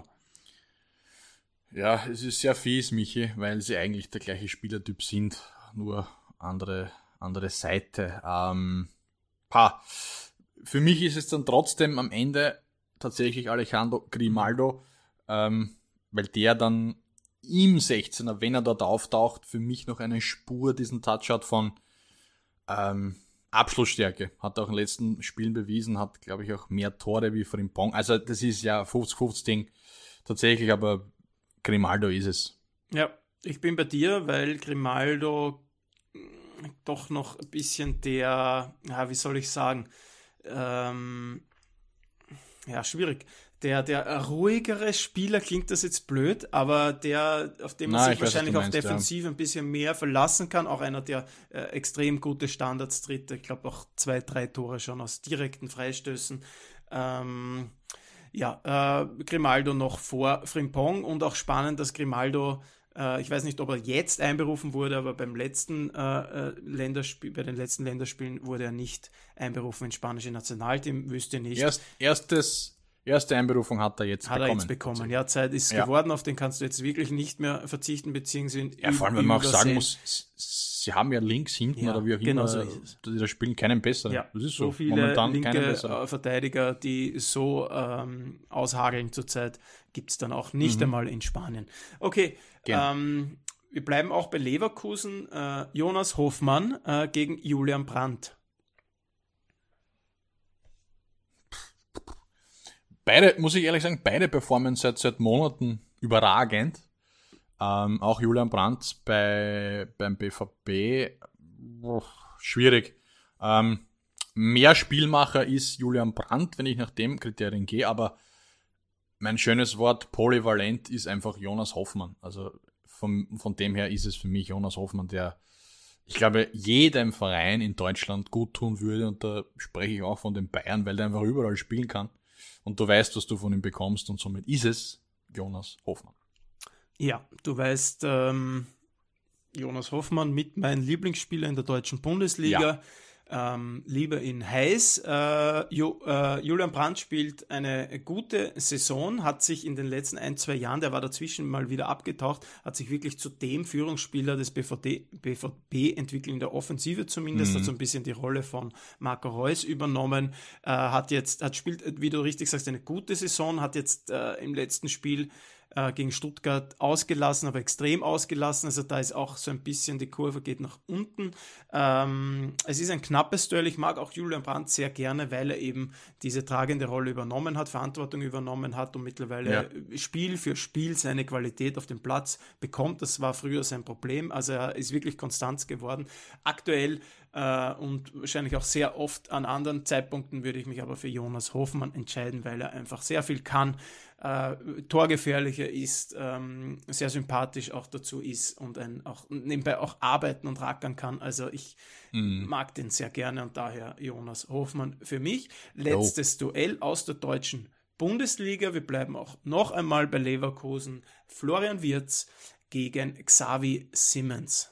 A: Ja, es ist sehr fies, Michi, weil sie eigentlich der gleiche Spielertyp sind, nur andere, andere Seite. Ähm, pa. Für mich ist es dann trotzdem am Ende tatsächlich Alejandro Grimaldo, ähm, weil der dann im sechzehner, wenn er dort auftaucht, für mich noch eine Spur diesen Touch hat von ähm, Abschlussstärke. Hat auch in den letzten Spielen bewiesen, hat, glaube ich, auch mehr Tore wie Frimpong. Also das ist ja fünfzig fünfzig Ding tatsächlich, aber Grimaldo ist es.
B: Ja, Ich bin bei dir, weil Grimaldo doch noch ein bisschen der, ja, wie soll ich sagen, ähm, ja, schwierig. Der, der ruhigere Spieler, klingt das jetzt blöd, aber der, auf den man
A: Na,
B: sich
A: ich weiß, was
B: wahrscheinlich
A: du
B: auf
A: meinst,
B: Defensiv ein bisschen mehr verlassen kann. Auch einer, der äh, extrem gute Standards tritt. Ich glaube auch zwei, drei Tore schon aus direkten Freistößen. Ähm, ja, äh, Grimaldo noch vor Frimpong und auch spannend, dass Grimaldo, äh, ich weiß nicht, ob er jetzt einberufen wurde, aber beim letzten äh, äh, Länderspiel, bei den letzten Länderspielen wurde er nicht einberufen ins spanische Nationalteam, wüsste nicht.
A: Erst, erstes, erste Einberufung hat er jetzt
B: hat
A: bekommen.
B: er jetzt bekommen. Ja, Zeit ist
A: ja.
B: geworden, auf den kannst du jetzt wirklich nicht mehr verzichten, beziehungsweise
A: ja, vor allem, wenn man auch sagen muss, sie haben ja links, hinten
B: ja,
A: oder wie auch
B: genau
A: immer,
B: so ist es.
A: die da spielen keinen besseren.
B: Ja,
A: das ist
B: so,
A: so.
B: viele
A: Momentan
B: linke
A: keinen besseren.
B: äh, Verteidiger, die so ähm, aushageln zurzeit, gibt es dann auch nicht mhm. einmal in Spanien. Okay, genau. ähm, wir bleiben auch bei Leverkusen. Äh, Jonas Hofmann äh, gegen Julian Brandt.
A: Beide, muss ich ehrlich sagen, beide performen seit, seit Monaten überragend. Ähm, auch Julian Brandt bei, beim B V B, oh, schwierig. Ähm, mehr Spielmacher ist Julian Brandt, wenn ich nach dem Kriterien gehe, aber mein schönes Wort polyvalent ist einfach Jonas Hofmann. Also von, von dem her ist es für mich Jonas Hofmann, der, ich glaube, jedem Verein in Deutschland gut tun würde, und da spreche ich auch von den Bayern, weil der einfach überall spielen kann. Und du weißt, was du von ihm bekommst, und somit ist es Jonas Hofmann.
B: Ja, du weißt, ähm, Jonas Hofmann mit meinem Lieblingsspieler in der deutschen Bundesliga. Ja. Ähm, lieber in heiß. Äh, jo, äh, Julian Brandt spielt eine gute Saison, hat sich in den letzten ein, zwei Jahren, der war dazwischen mal wieder abgetaucht, hat sich wirklich zu dem Führungsspieler des B V D, B V B entwickelt, in der Offensive zumindest, mhm. hat so ein bisschen die Rolle von Marco Reus übernommen, äh, hat jetzt, hat spielt, wie du richtig sagst, eine gute Saison, hat jetzt äh, im letzten Spiel gegen Stuttgart ausgelassen, aber extrem ausgelassen. Also da ist auch so ein bisschen, die Kurve geht nach unten. Ähm, es ist ein knappes Duell. Ich mag auch Julian Brandt sehr gerne, weil er eben diese tragende Rolle übernommen hat, Verantwortung übernommen hat und mittlerweile ja. Spiel für Spiel seine Qualität auf dem Platz bekommt. Das war früher sein Problem. Also er ist wirklich konstant geworden. Aktuell äh, und wahrscheinlich auch sehr oft an anderen Zeitpunkten würde ich mich aber für Jonas Hofmann entscheiden, weil er einfach sehr viel kann, äh, torgefährlicher ist, ähm, sehr sympathisch auch dazu ist und ein, auch nebenbei auch arbeiten und rackern kann. Also ich mm. mag den sehr gerne und daher Jonas Hofmann für mich. Letztes oh. Duell aus der deutschen Bundesliga. Wir bleiben auch noch einmal bei Leverkusen. Florian Wirtz gegen Xavi Simmons.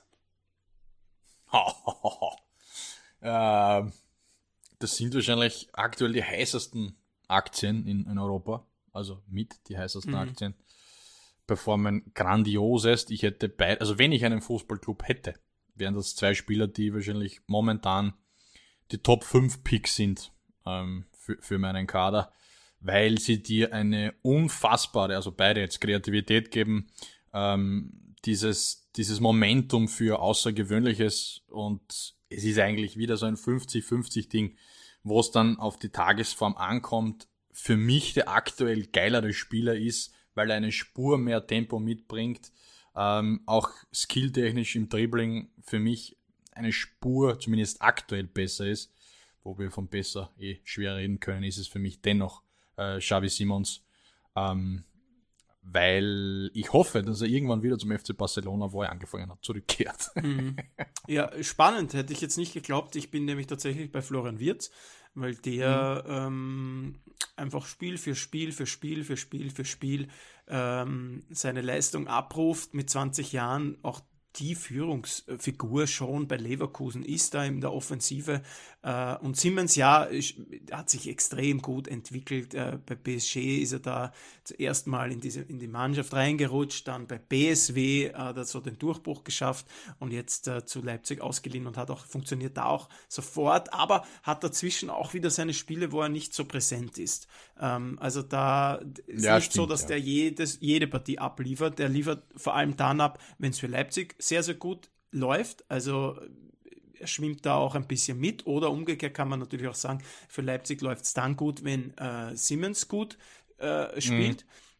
A: äh, das sind wahrscheinlich aktuell die heißesten Aktien in, in Europa. Also mit die heißesten mhm. Aktien, performen grandiosest. Ich hätte beide, also wenn ich einen Fußballclub hätte, wären das zwei Spieler, die wahrscheinlich momentan die Top fünf Picks sind ähm, für, für meinen Kader, weil sie dir eine unfassbare, also beide jetzt Kreativität geben, ähm, dieses, dieses Momentum für Außergewöhnliches, und es ist eigentlich wieder so ein fünfzig fünfzig Ding, wo es dann auf die Tagesform ankommt. Für mich der aktuell geilere Spieler ist, weil er eine Spur mehr Tempo mitbringt, ähm, auch skilltechnisch im Dribbling für mich eine Spur, zumindest aktuell besser ist, wo wir von besser eh schwer reden können, ist es für mich dennoch äh, Xavi Simons, ähm, weil ich hoffe, dass er irgendwann wieder zum F C Barcelona, wo er angefangen hat, zurückkehrt.
B: Mhm. Ja, spannend, hätte ich jetzt nicht geglaubt. Ich bin nämlich tatsächlich bei Florian Wirtz, weil der mhm. ähm, einfach Spiel für Spiel für Spiel für Spiel für Spiel ähm, seine Leistung abruft, mit zwanzig Jahren auch die Führungsfigur schon bei Leverkusen ist, da in der Offensive. Äh, und Simmons, ja, hat sich extrem gut entwickelt. Äh, bei P S G ist er da zuerst mal in, diese, in die Mannschaft reingerutscht, dann bei B S W hat er so den Durchbruch geschafft und jetzt äh, zu Leipzig ausgeliehen und hat auch, funktioniert da auch sofort, aber hat dazwischen auch wieder seine Spiele, wo er nicht so präsent ist. Ähm, also da ist ja, nicht stimmt, so, dass ja. der jedes, jede Partie abliefert. Der liefert vor allem dann ab, wenn es für Leipzig sehr, sehr gut läuft, also er schwimmt da auch ein bisschen mit, oder umgekehrt kann man natürlich auch sagen, für Leipzig läuft es dann gut, wenn äh, Simmons gut äh, spielt.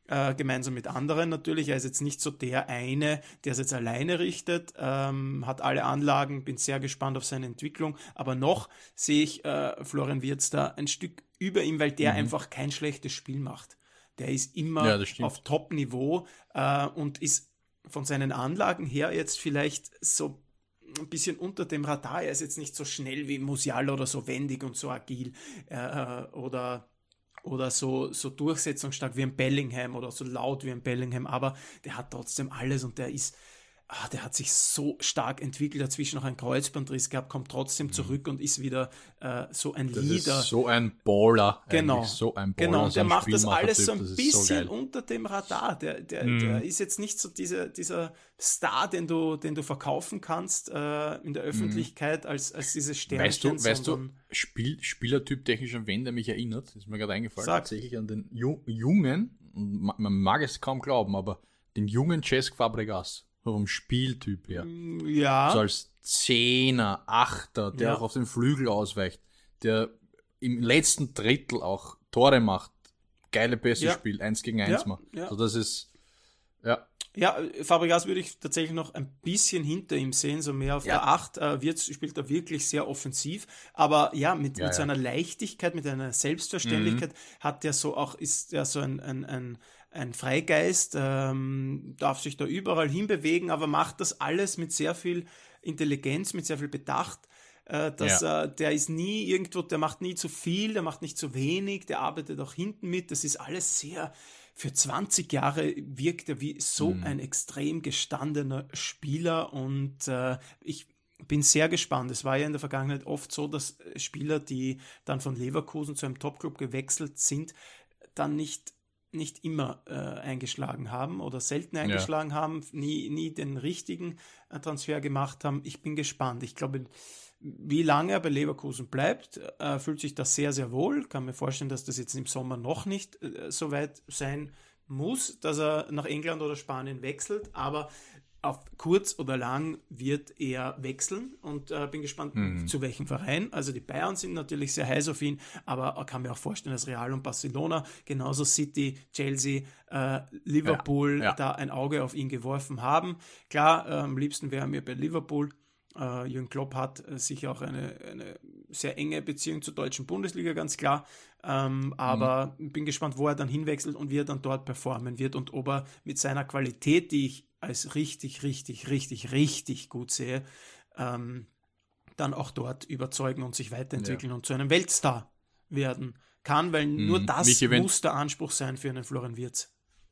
B: äh, gemeinsam mit anderen natürlich. Er ist jetzt nicht so der eine, der es jetzt alleine richtet, ähm, hat alle Anlagen, bin sehr gespannt auf seine Entwicklung, aber noch sehe ich äh, Florian Wirtz da ein Stück über ihm, weil der mhm. einfach kein schlechtes Spiel macht. Der ist immer
A: ja,
B: auf Top-Niveau äh, und ist von seinen Anlagen her jetzt vielleicht so ein bisschen unter dem Radar. Er ist jetzt nicht so schnell wie Musiala oder so wendig und so agil äh, oder, oder so, so durchsetzungsstark wie ein Bellingham oder so laut wie ein Bellingham, aber der hat trotzdem alles und der ist Ah, der hat sich so stark entwickelt, dazwischen noch einen Kreuzbandriss gehabt, kommt trotzdem zurück und ist wieder äh, so ein
A: das
B: Leader.
A: Ist so ein Baller.
B: Genau.
A: So ein Baller.
B: Genau, und der
A: so
B: macht das alles so ein
A: das
B: bisschen
A: so
B: unter dem Radar. Der, der,
A: mm.
B: der ist jetzt nicht so dieser, dieser Star, den du, den du verkaufen kannst äh, in der Öffentlichkeit mm. als, als dieses Sternchen.
A: Weißt du, weißt du Spiel, Spielertyp technisch an wen der mich erinnert? Das ist mir gerade eingefallen.
B: Sag.
A: Tatsächlich an den Ju- jungen, man mag es kaum glauben, aber den jungen Cesc Fabregas. Vom Spieltyp her.
B: Ja.
A: So als Zehner, Achter, der
B: ja.
A: auch auf den Flügel ausweicht, der im letzten Drittel auch Tore macht, geile Pässe
B: ja.
A: spielt, eins gegen eins
B: ja.
A: macht.
B: Ja.
A: So, das ist, ja.
B: Ja, Fabregas würde ich tatsächlich noch ein bisschen hinter ihm sehen, so mehr auf
A: ja.
B: der Acht. Äh, Wirtz spielt da wirklich sehr offensiv, aber ja, mit,
A: ja,
B: mit
A: ja.
B: so einer Leichtigkeit, mit einer Selbstverständlichkeit
A: mhm.
B: hat der so auch, ist er so ein, ein, ein ein Freigeist, ähm, darf sich da überall hinbewegen, aber macht das alles mit sehr viel Intelligenz, mit sehr viel Bedacht. Äh, dass,
A: ja.
B: äh, der ist nie irgendwo, der macht nie zu viel, der macht nicht zu wenig, der arbeitet auch hinten mit. Das ist alles sehr, für zwanzig Jahre wirkt er wie so mhm. ein extrem gestandener Spieler und äh, ich bin sehr gespannt. Es war ja in der Vergangenheit oft so, dass Spieler, die dann von Leverkusen zu einem Topclub gewechselt sind, dann nicht nicht immer äh, eingeschlagen haben oder selten eingeschlagen ja. haben, nie, nie den richtigen äh, Transfer gemacht haben. Ich bin gespannt. Ich glaube, wie lange er bei Leverkusen bleibt, äh, fühlt sich das sehr, sehr wohl. Kann mir vorstellen, dass das jetzt im Sommer noch nicht äh, so weit sein muss, dass er nach England oder Spanien wechselt, aber auf kurz oder lang wird er wechseln und äh, bin gespannt, mhm. zu welchem Verein. Also die Bayern sind natürlich sehr heiß auf ihn, aber ich kann mir auch vorstellen, dass Real und Barcelona, genauso City, Chelsea, äh, Liverpool ja, ja. da ein Auge auf ihn geworfen haben. Klar, äh, am liebsten wäre mir bei Liverpool. Äh, Jürgen Klopp hat äh, sicher auch eine, eine sehr enge Beziehung zur deutschen Bundesliga, ganz klar. Ähm, aber mhm. bin gespannt, wo er dann hinwechselt und wie er dann dort performen wird und ob er mit seiner Qualität, die ich als richtig, richtig, richtig, richtig gut sehe, ähm, dann auch dort überzeugen und sich weiterentwickeln ja. und zu einem Weltstar werden kann, weil mhm. nur das Michi, muss der Anspruch sein für einen Florian Wirtz.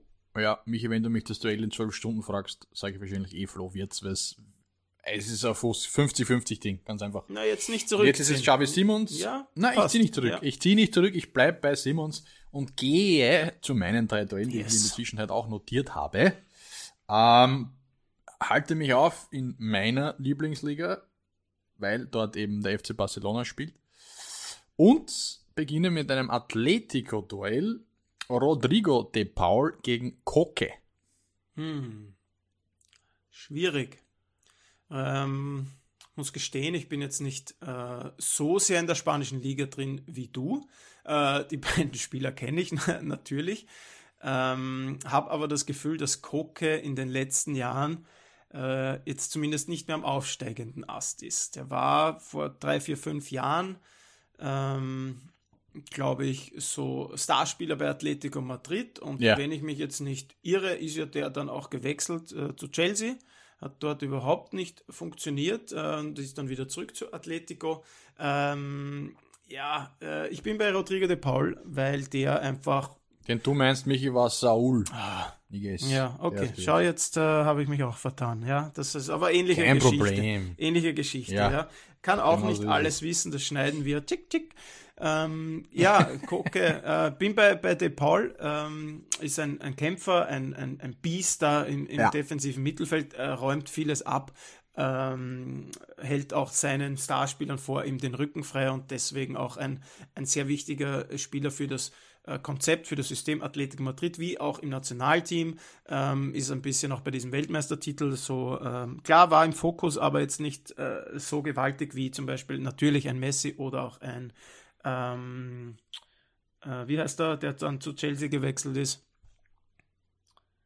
A: Ja, Michi, wenn du mich das Duell in zwölf Stunden fragst, sage ich wahrscheinlich eh Flo Wirtz, weil es Es ist ein fünfzig fünfzig Ding, ganz einfach.
B: Na, jetzt nicht zurück.
A: Jetzt ist es Xavi Simons.
B: Ja,
A: Nein,
B: passt.
A: ich ziehe nicht zurück.
B: Ja.
A: Ich ziehe nicht zurück, ich bleibe bei Simons und gehe zu meinen drei Duellen, die
B: yes.
A: ich in der Zwischenzeit auch notiert habe. Ähm, halte mich auf in meiner Lieblingsliga, weil dort eben der F C Barcelona spielt. Und beginne mit einem Atletico-Duell. Rodrigo de Paul gegen Koke.
B: Hm. Schwierig. Ähm, muss gestehen, ich bin jetzt nicht äh, so sehr in der spanischen Liga drin wie du. Äh, die beiden Spieler kenne ich natürlich. Ähm, habe aber das Gefühl, dass Koke in den letzten Jahren äh, jetzt zumindest nicht mehr am aufsteigenden Ast ist. Der war vor drei, vier, fünf Jahren, ähm, glaube ich, so Starspieler bei Atletico Madrid. Und
A: ja.
B: wenn ich mich jetzt nicht irre, ist ja der dann auch gewechselt äh, zu Chelsea. Hat dort überhaupt nicht funktioniert äh, und ist dann wieder zurück zu Atletico. Ähm, ja, äh, ich bin bei Rodrigo de Paul, weil der einfach...
A: Den du meinst, Michi, war Saul.
B: Ah,
A: yes.
B: Ja, okay. Schau, jetzt äh, habe ich mich auch vertan. Ja, das ist aber ähnliche
A: Kein
B: Geschichte.
A: Problem.
B: Ähnliche Geschichte,
A: ja.
B: ja. Kann auch
A: genau
B: nicht
A: so
B: alles
A: es.
B: wissen, das schneiden wir. Tick, tick. Ähm, ja, Koke, äh, bin bei, bei De Paul, ähm, ist ein, ein Kämpfer, ein, ein, ein Biest da im, im
A: ja.
B: defensiven Mittelfeld, äh, räumt vieles ab, ähm, hält auch seinen Starspielern vor ihm den Rücken frei und deswegen auch ein, ein sehr wichtiger Spieler für das äh, Konzept, für das System Atletico Madrid, wie auch im Nationalteam, ähm, ist ein bisschen auch bei diesem Weltmeistertitel so, ähm, klar war im Fokus, aber jetzt nicht äh, so gewaltig wie zum Beispiel natürlich ein Messi oder auch ein Ähm, äh, wie heißt er, der dann zu Chelsea gewechselt ist?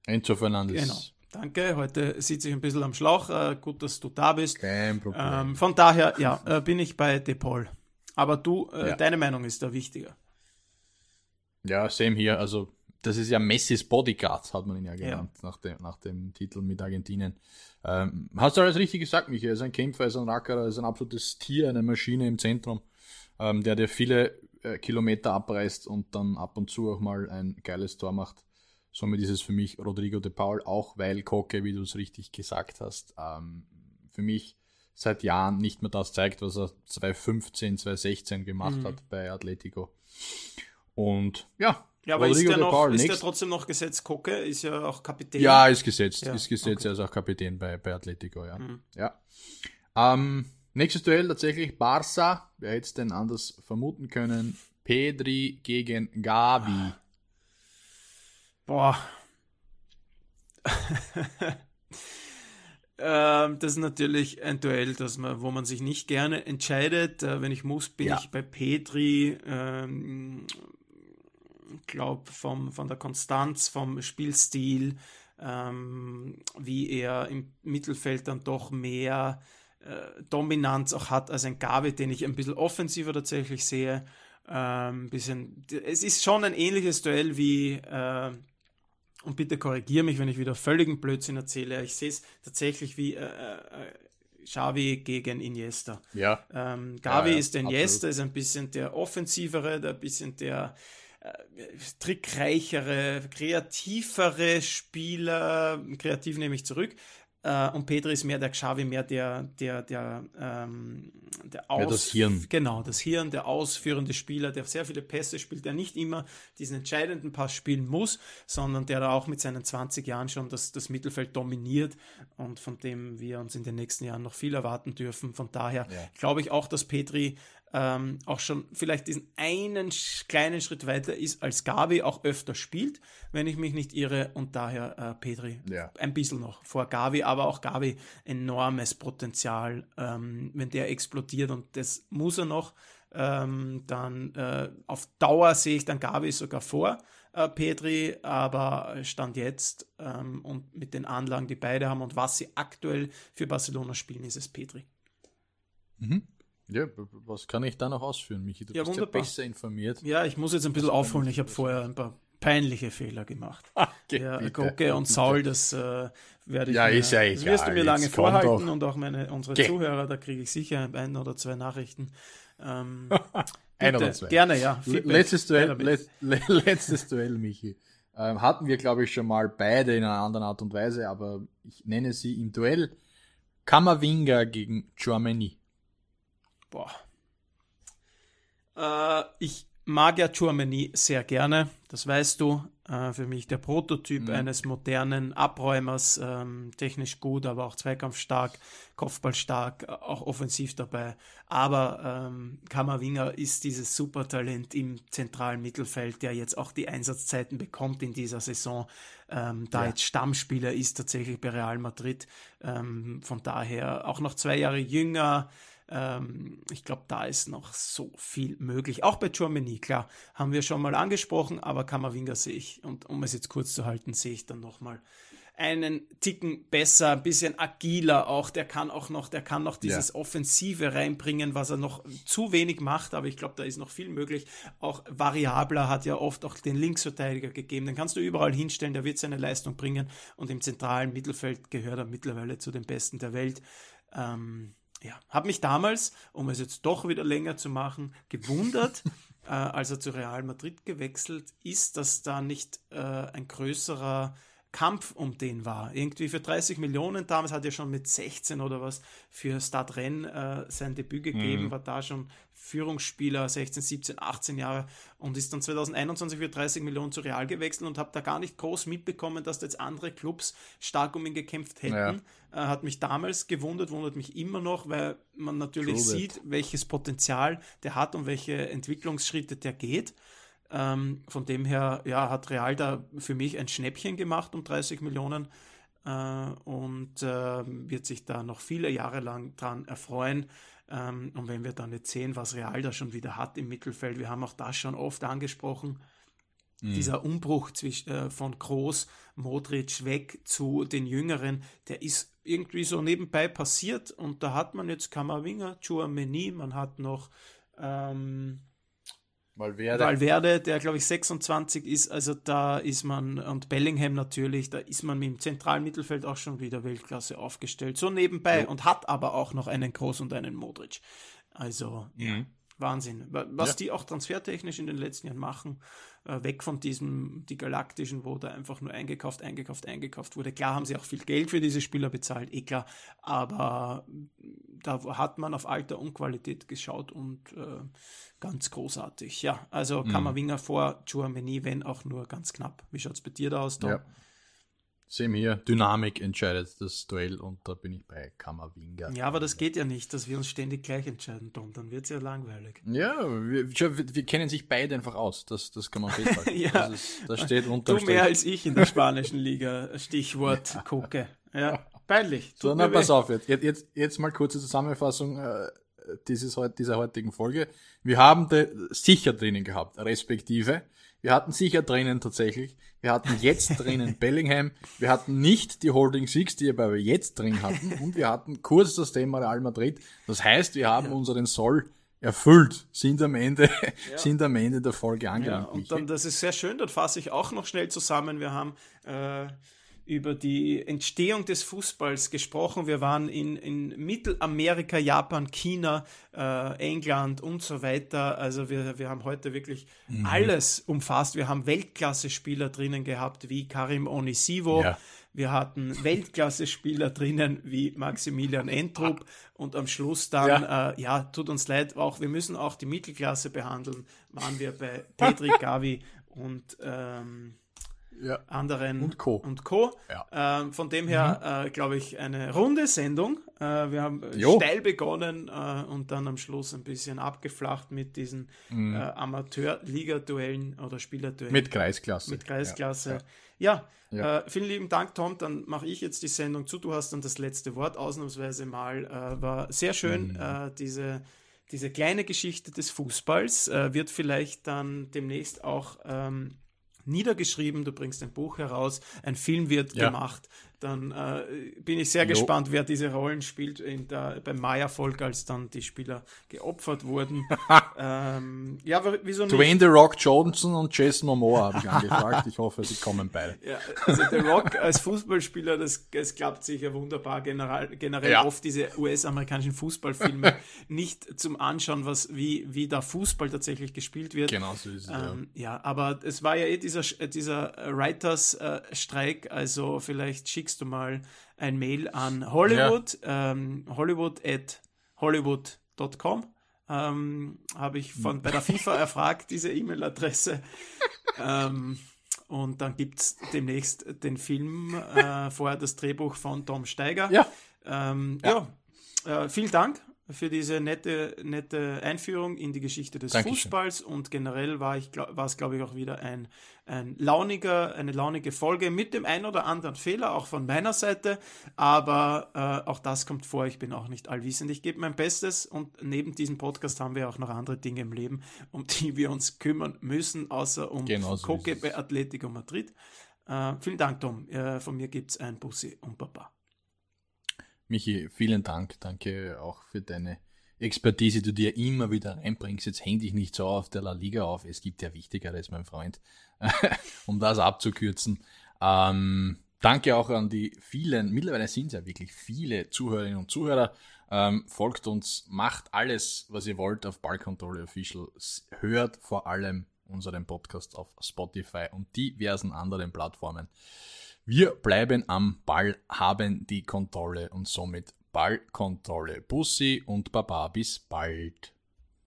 A: Enzo Fernandes.
B: Genau. Danke, heute sitze ich ein bisschen am Schlauch. Äh, gut, dass du da bist.
A: Kein Problem.
B: Ähm, von daher, ja, äh, bin ich bei De Paul. Aber du, äh,
A: Ja.
B: deine Meinung ist da wichtiger.
A: Ja, same hier. Also, das ist ja Messis Bodyguard, hat man ihn ja genannt, ja. Nach, dem, nach dem Titel mit Argentinien. Ähm, hast du alles richtig gesagt, Michael? Er ist ein Kämpfer, er ist ein Rackerer, er ist ein absolutes Tier, eine Maschine im Zentrum, ähm, der dir viele äh, Kilometer abreißt und dann ab und zu auch mal ein geiles Tor macht. Somit ist es für mich Rodrigo de Paul, auch weil Koke, wie du es richtig gesagt hast, ähm, für mich seit Jahren nicht mehr das zeigt, was er zwanzig fünfzehn, zwanzig sechzehn gemacht mhm. hat bei Atletico. Und ja,
B: ja, aber Rodrigo ist, der, noch, Paul, ist der trotzdem noch gesetzt? Koke ist ja auch Kapitän.
A: Ja, ist gesetzt. Ja, ist gesetzt,
B: okay.
A: Er ist auch Kapitän bei, bei Atletico, ja.
B: Mhm.
A: ja. Ähm, nächstes Duell tatsächlich Barça. Wer hätte es denn anders vermuten können? Pedri gegen Gavi.
B: Boah. ähm, das ist natürlich ein Duell, das man, wo man sich nicht gerne entscheidet. Äh, wenn ich muss, bin ja. ich bei Pedri. Ähm, Ich glaube, von der Konstanz, vom Spielstil, ähm, wie er im Mittelfeld dann doch mehr äh, Dominanz auch hat als ein Gavi, den ich ein bisschen offensiver tatsächlich sehe. Ähm, bisschen, es ist schon ein ähnliches Duell wie, äh, und bitte korrigiere mich, wenn ich wieder völligen Blödsinn erzähle, ich sehe es tatsächlich wie äh, äh, Xavi gegen Iniesta.
A: Ja.
B: Ähm, Gavi
A: ja, ja,
B: ist der Iniesta, ist ein bisschen der offensivere, der ein bisschen der trickreichere, kreativere Spieler, kreativ nehme ich zurück, äh, und Pedri ist mehr der Xavi, mehr der, der, der, ähm, der Aus...
A: Ja, das Hirn.
B: Genau, das Hirn, der ausführende Spieler, der sehr viele Pässe spielt, der nicht immer diesen entscheidenden Pass spielen muss, sondern der da auch mit seinen zwanzig Jahren schon das, das Mittelfeld dominiert und von dem wir uns in den nächsten Jahren noch viel erwarten dürfen. Von daher ja. glaube ich auch, dass Pedri Ähm, auch schon vielleicht diesen einen sch- kleinen Schritt weiter ist als Gavi, auch öfter spielt, wenn ich mich nicht irre, und daher äh, Pedri
A: ja.
B: ein bisschen noch vor Gavi, aber auch Gavi enormes Potenzial, ähm, wenn der explodiert, und das muss er noch, ähm, dann äh, auf Dauer sehe ich dann Gavi sogar vor äh, Pedri, aber Stand jetzt ähm, und mit den Anlagen, die beide haben und was sie aktuell für Barcelona spielen, ist es Pedri.
A: Mhm. Ja, was kann ich da noch ausführen, Michi? Du
B: ja,
A: bist
B: wunderbar.
A: ja besser informiert.
B: Ja, ich muss jetzt ein bisschen aufholen. Ich habe vorher ein paar peinliche Fehler gemacht.
A: Okay,
B: ja,
A: bitte,
B: Koke und
A: bitte.
B: Saul, das äh, werde ich
A: ja,
B: mir,
A: ist ja
B: das wirst du mir lange
A: Jetzt komm
B: vorhalten
A: doch.
B: und auch meine, unsere
A: Geh.
B: Zuhörer, da kriege ich sicher ein oder zwei Nachrichten. Ähm,
A: ein
B: bitte,
A: oder zwei.
B: Gerne, ja.
A: Feedback. Letztes Duell, let, letztes Duell, Michi. Ähm, hatten wir, glaube ich, schon mal beide in einer anderen Art und Weise, aber ich nenne sie im Duell Camavinga gegen Tchouaméni.
B: Boah. Äh, ich mag ja Tchouaméni sehr gerne, das weißt du. Äh, für mich der Prototyp mhm. eines modernen Abräumers, ähm, technisch gut, aber auch zweikampfstark, kopfballstark, auch offensiv dabei. Aber ähm, Camavinga ist dieses Supertalent im zentralen Mittelfeld, der jetzt auch die Einsatzzeiten bekommt in dieser Saison, ähm, da ja. jetzt Stammspieler ist tatsächlich bei Real Madrid. Ähm, von daher auch noch zwei Jahre jünger. Ähm, ich glaube, da ist noch so viel möglich. Auch bei Tchouaméni, klar, haben wir schon mal angesprochen, aber Camavinga sehe ich, und um es jetzt kurz zu halten, sehe ich dann nochmal einen Ticken besser, ein bisschen agiler auch. Der kann auch noch, der kann noch dieses ja. Offensive reinbringen, was er noch zu wenig macht, aber ich glaube, da ist noch viel möglich. Auch variabler, hat ja oft auch den Linksverteidiger gegeben. Den kannst du überall hinstellen, der wird seine Leistung bringen, und im zentralen Mittelfeld gehört er mittlerweile zu den Besten der Welt. Ähm, Ja, habe mich damals, um es jetzt doch wieder länger zu machen, gewundert, äh, als er zu Real Madrid gewechselt ist, dass da nicht äh, ein größerer Kampf um den war. Irgendwie für dreißig Millionen, damals hat er schon mit sechzehn oder was für Stade Rennes äh, sein Debüt gegeben, mhm. war da schon Führungsspieler, sechzehn, siebzehn, achtzehn Jahre, und ist dann zwanzig einundzwanzig für dreißig Millionen zu Real gewechselt, und habe da gar nicht groß mitbekommen, dass da jetzt andere Clubs stark um ihn gekämpft hätten. Ja. Äh, hat mich damals gewundert, wundert mich immer noch, weil man natürlich True sieht, it. welches Potenzial der hat und welche Entwicklungsschritte der geht. Ähm, von dem her ja, hat Real da für mich ein Schnäppchen gemacht um dreißig Millionen äh, und äh, wird sich da noch viele Jahre lang dran erfreuen. Ähm, und wenn wir dann jetzt sehen, was Real da schon wieder hat im Mittelfeld, wir haben auch das schon oft angesprochen, mhm. dieser Umbruch zwischen, äh, von Kroos, Modric weg zu den Jüngeren, der ist irgendwie so nebenbei passiert und da hat man jetzt Camavinga, Tchouaméni, man hat noch ähm,
A: Valverde.
B: Valverde, der glaube ich sechsundzwanzig ist, also da ist man, und Bellingham natürlich, da ist man mit dem zentralen Mittelfeld auch schon wieder Weltklasse aufgestellt, so nebenbei ja. und hat aber auch noch einen Kroos und einen Modric. Also mhm. ja, Wahnsinn. Was ja. die auch transfertechnisch in den letzten Jahren machen, äh, weg von diesem, die Galaktischen, wo da einfach nur eingekauft, eingekauft, eingekauft wurde. Klar haben sie auch viel Geld für diese Spieler bezahlt, eh klar, aber da hat man auf Alter und Qualität geschaut und äh, ganz großartig. Ja, also mhm. Camavinga vor Tchouaméni, wenn auch nur ganz knapp. Wie schaut es bei dir da aus, Tom?
A: Ja. Same hier. Dynamik entscheidet das Duell und da bin ich bei Camavinga.
B: Ja, aber das geht ja nicht, dass wir uns ständig gleich entscheiden, Tom. Dann wird es ja langweilig.
A: Ja, wir, wir, wir kennen sich beide einfach aus. Das, das kann man festhalten.
B: ja.
A: Das, ist, das steht unterm
B: Du mehr als ich in der spanischen Liga. Stichwort ja. Koke. Ja, peinlich.
A: So, na, pass auf. Jetzt, jetzt, jetzt mal kurze Zusammenfassung äh, dieses, dieser heutigen Folge. Wir haben da sicher drinnen gehabt, respektive. Wir hatten sicher drinnen tatsächlich. Wir hatten jetzt drinnen Bellingham. Wir hatten nicht die Holding Six, die wir aber jetzt drin hatten. Und wir hatten kurz das Thema Real Madrid. Das heißt, wir haben ja. unseren Soll erfüllt, sind am Ende, ja. sind am Ende der Folge angelangt.
B: Ja, und dann, das ist sehr schön, das fasse ich auch noch schnell zusammen. Wir haben äh, über die Entstehung des Fußballs gesprochen. Wir waren in, in Mittelamerika, Japan, China, äh, England und so weiter. Also wir, wir haben heute wirklich mhm. alles umfasst. Wir haben Weltklasse-Spieler drinnen gehabt, wie Karim Onisivo. Ja. Wir hatten Weltklasse-Spieler drinnen, wie Maximilian Entrup. Und am Schluss dann, ja. Äh, ja, tut uns leid, auch wir müssen auch die Mittelklasse behandeln, waren wir bei Pedri, Gavi und ähm, Ja. anderen
A: und Co.
B: Und Co. Ja. Ähm, von dem her, mhm. äh, glaube ich, eine runde Sendung. Äh, wir haben jo. steil begonnen äh, und dann am Schluss ein bisschen abgeflacht mit diesen mhm. äh, Amateur-Liga-Duellen oder Spielerduellen.
A: Mit Kreisklasse.
B: Mit Kreisklasse. Ja, ja. ja. Äh, vielen lieben Dank, Tom. Dann mache ich jetzt die Sendung zu. Du hast dann das letzte Wort ausnahmsweise mal. Äh, war sehr schön, mhm. äh, diese, diese kleine Geschichte des Fußballs. Äh, wird vielleicht dann demnächst auch ähm, niedergeschrieben, du bringst ein Buch heraus, ein Film wird ja. gemacht, dann äh, bin ich sehr jo. gespannt, wer diese Rollen spielt in der, beim Maya-Volk, als dann die Spieler geopfert wurden. ähm, ja, wieso nicht?
A: Dwayne The Rock Johnson und Jason Momoa habe ich angefragt. Ich hoffe, sie kommen beide.
B: Ja, also The Rock als Fußballspieler, das, das klappt sicher wunderbar. General, generell ja. oft diese U S-amerikanischen Fußballfilme nicht zum Anschauen, was, wie, wie da Fußball tatsächlich gespielt wird.
A: Genau so ist es,
B: ähm, ja. ja, aber es war ja eh dieser, dieser Writers-Streik, also vielleicht schickst du mal ein Mail an Hollywood, ja. ähm, hollywood at hollywood dot com. Ähm, habe ich von bei der FIFA erfragt, diese E-Mail-Adresse. ähm, und dann gibt es demnächst den Film, äh, vorher das Drehbuch von Tom Steiger.
A: Ja.
B: Ähm, ja. ja äh, vielen Dank für diese nette, nette Einführung in die Geschichte des Dankeschön. Fußballs und generell war ich, glaub, war es, glaube ich, auch wieder ein, ein launiger, eine launige Folge mit dem ein oder anderen Fehler, auch von meiner Seite, aber äh, auch das kommt vor, ich bin auch nicht allwissend, ich gebe mein Bestes und neben diesem Podcast haben wir auch noch andere Dinge im Leben, um die wir uns kümmern müssen, außer um genau so Koke bei Atletico Madrid. Äh, vielen Dank, Tom, äh, von mir gibt es ein Bussi und Baba.
A: Michi, vielen Dank. Danke auch für deine Expertise, die du dir immer wieder reinbringst. Jetzt häng dich nicht so auf der La Liga auf. Es gibt ja Wichtigeres, mein Freund, um das abzukürzen. Ähm, danke auch an die vielen, mittlerweile sind es ja wirklich viele Zuhörerinnen und Zuhörer. Ähm, folgt uns, macht alles, was ihr wollt auf Ballkontrolle Official. Hört vor allem unseren Podcast auf Spotify und diversen anderen Plattformen. Wir bleiben am Ball, haben die Kontrolle und somit Ballkontrolle. Bussi und Baba, bis bald.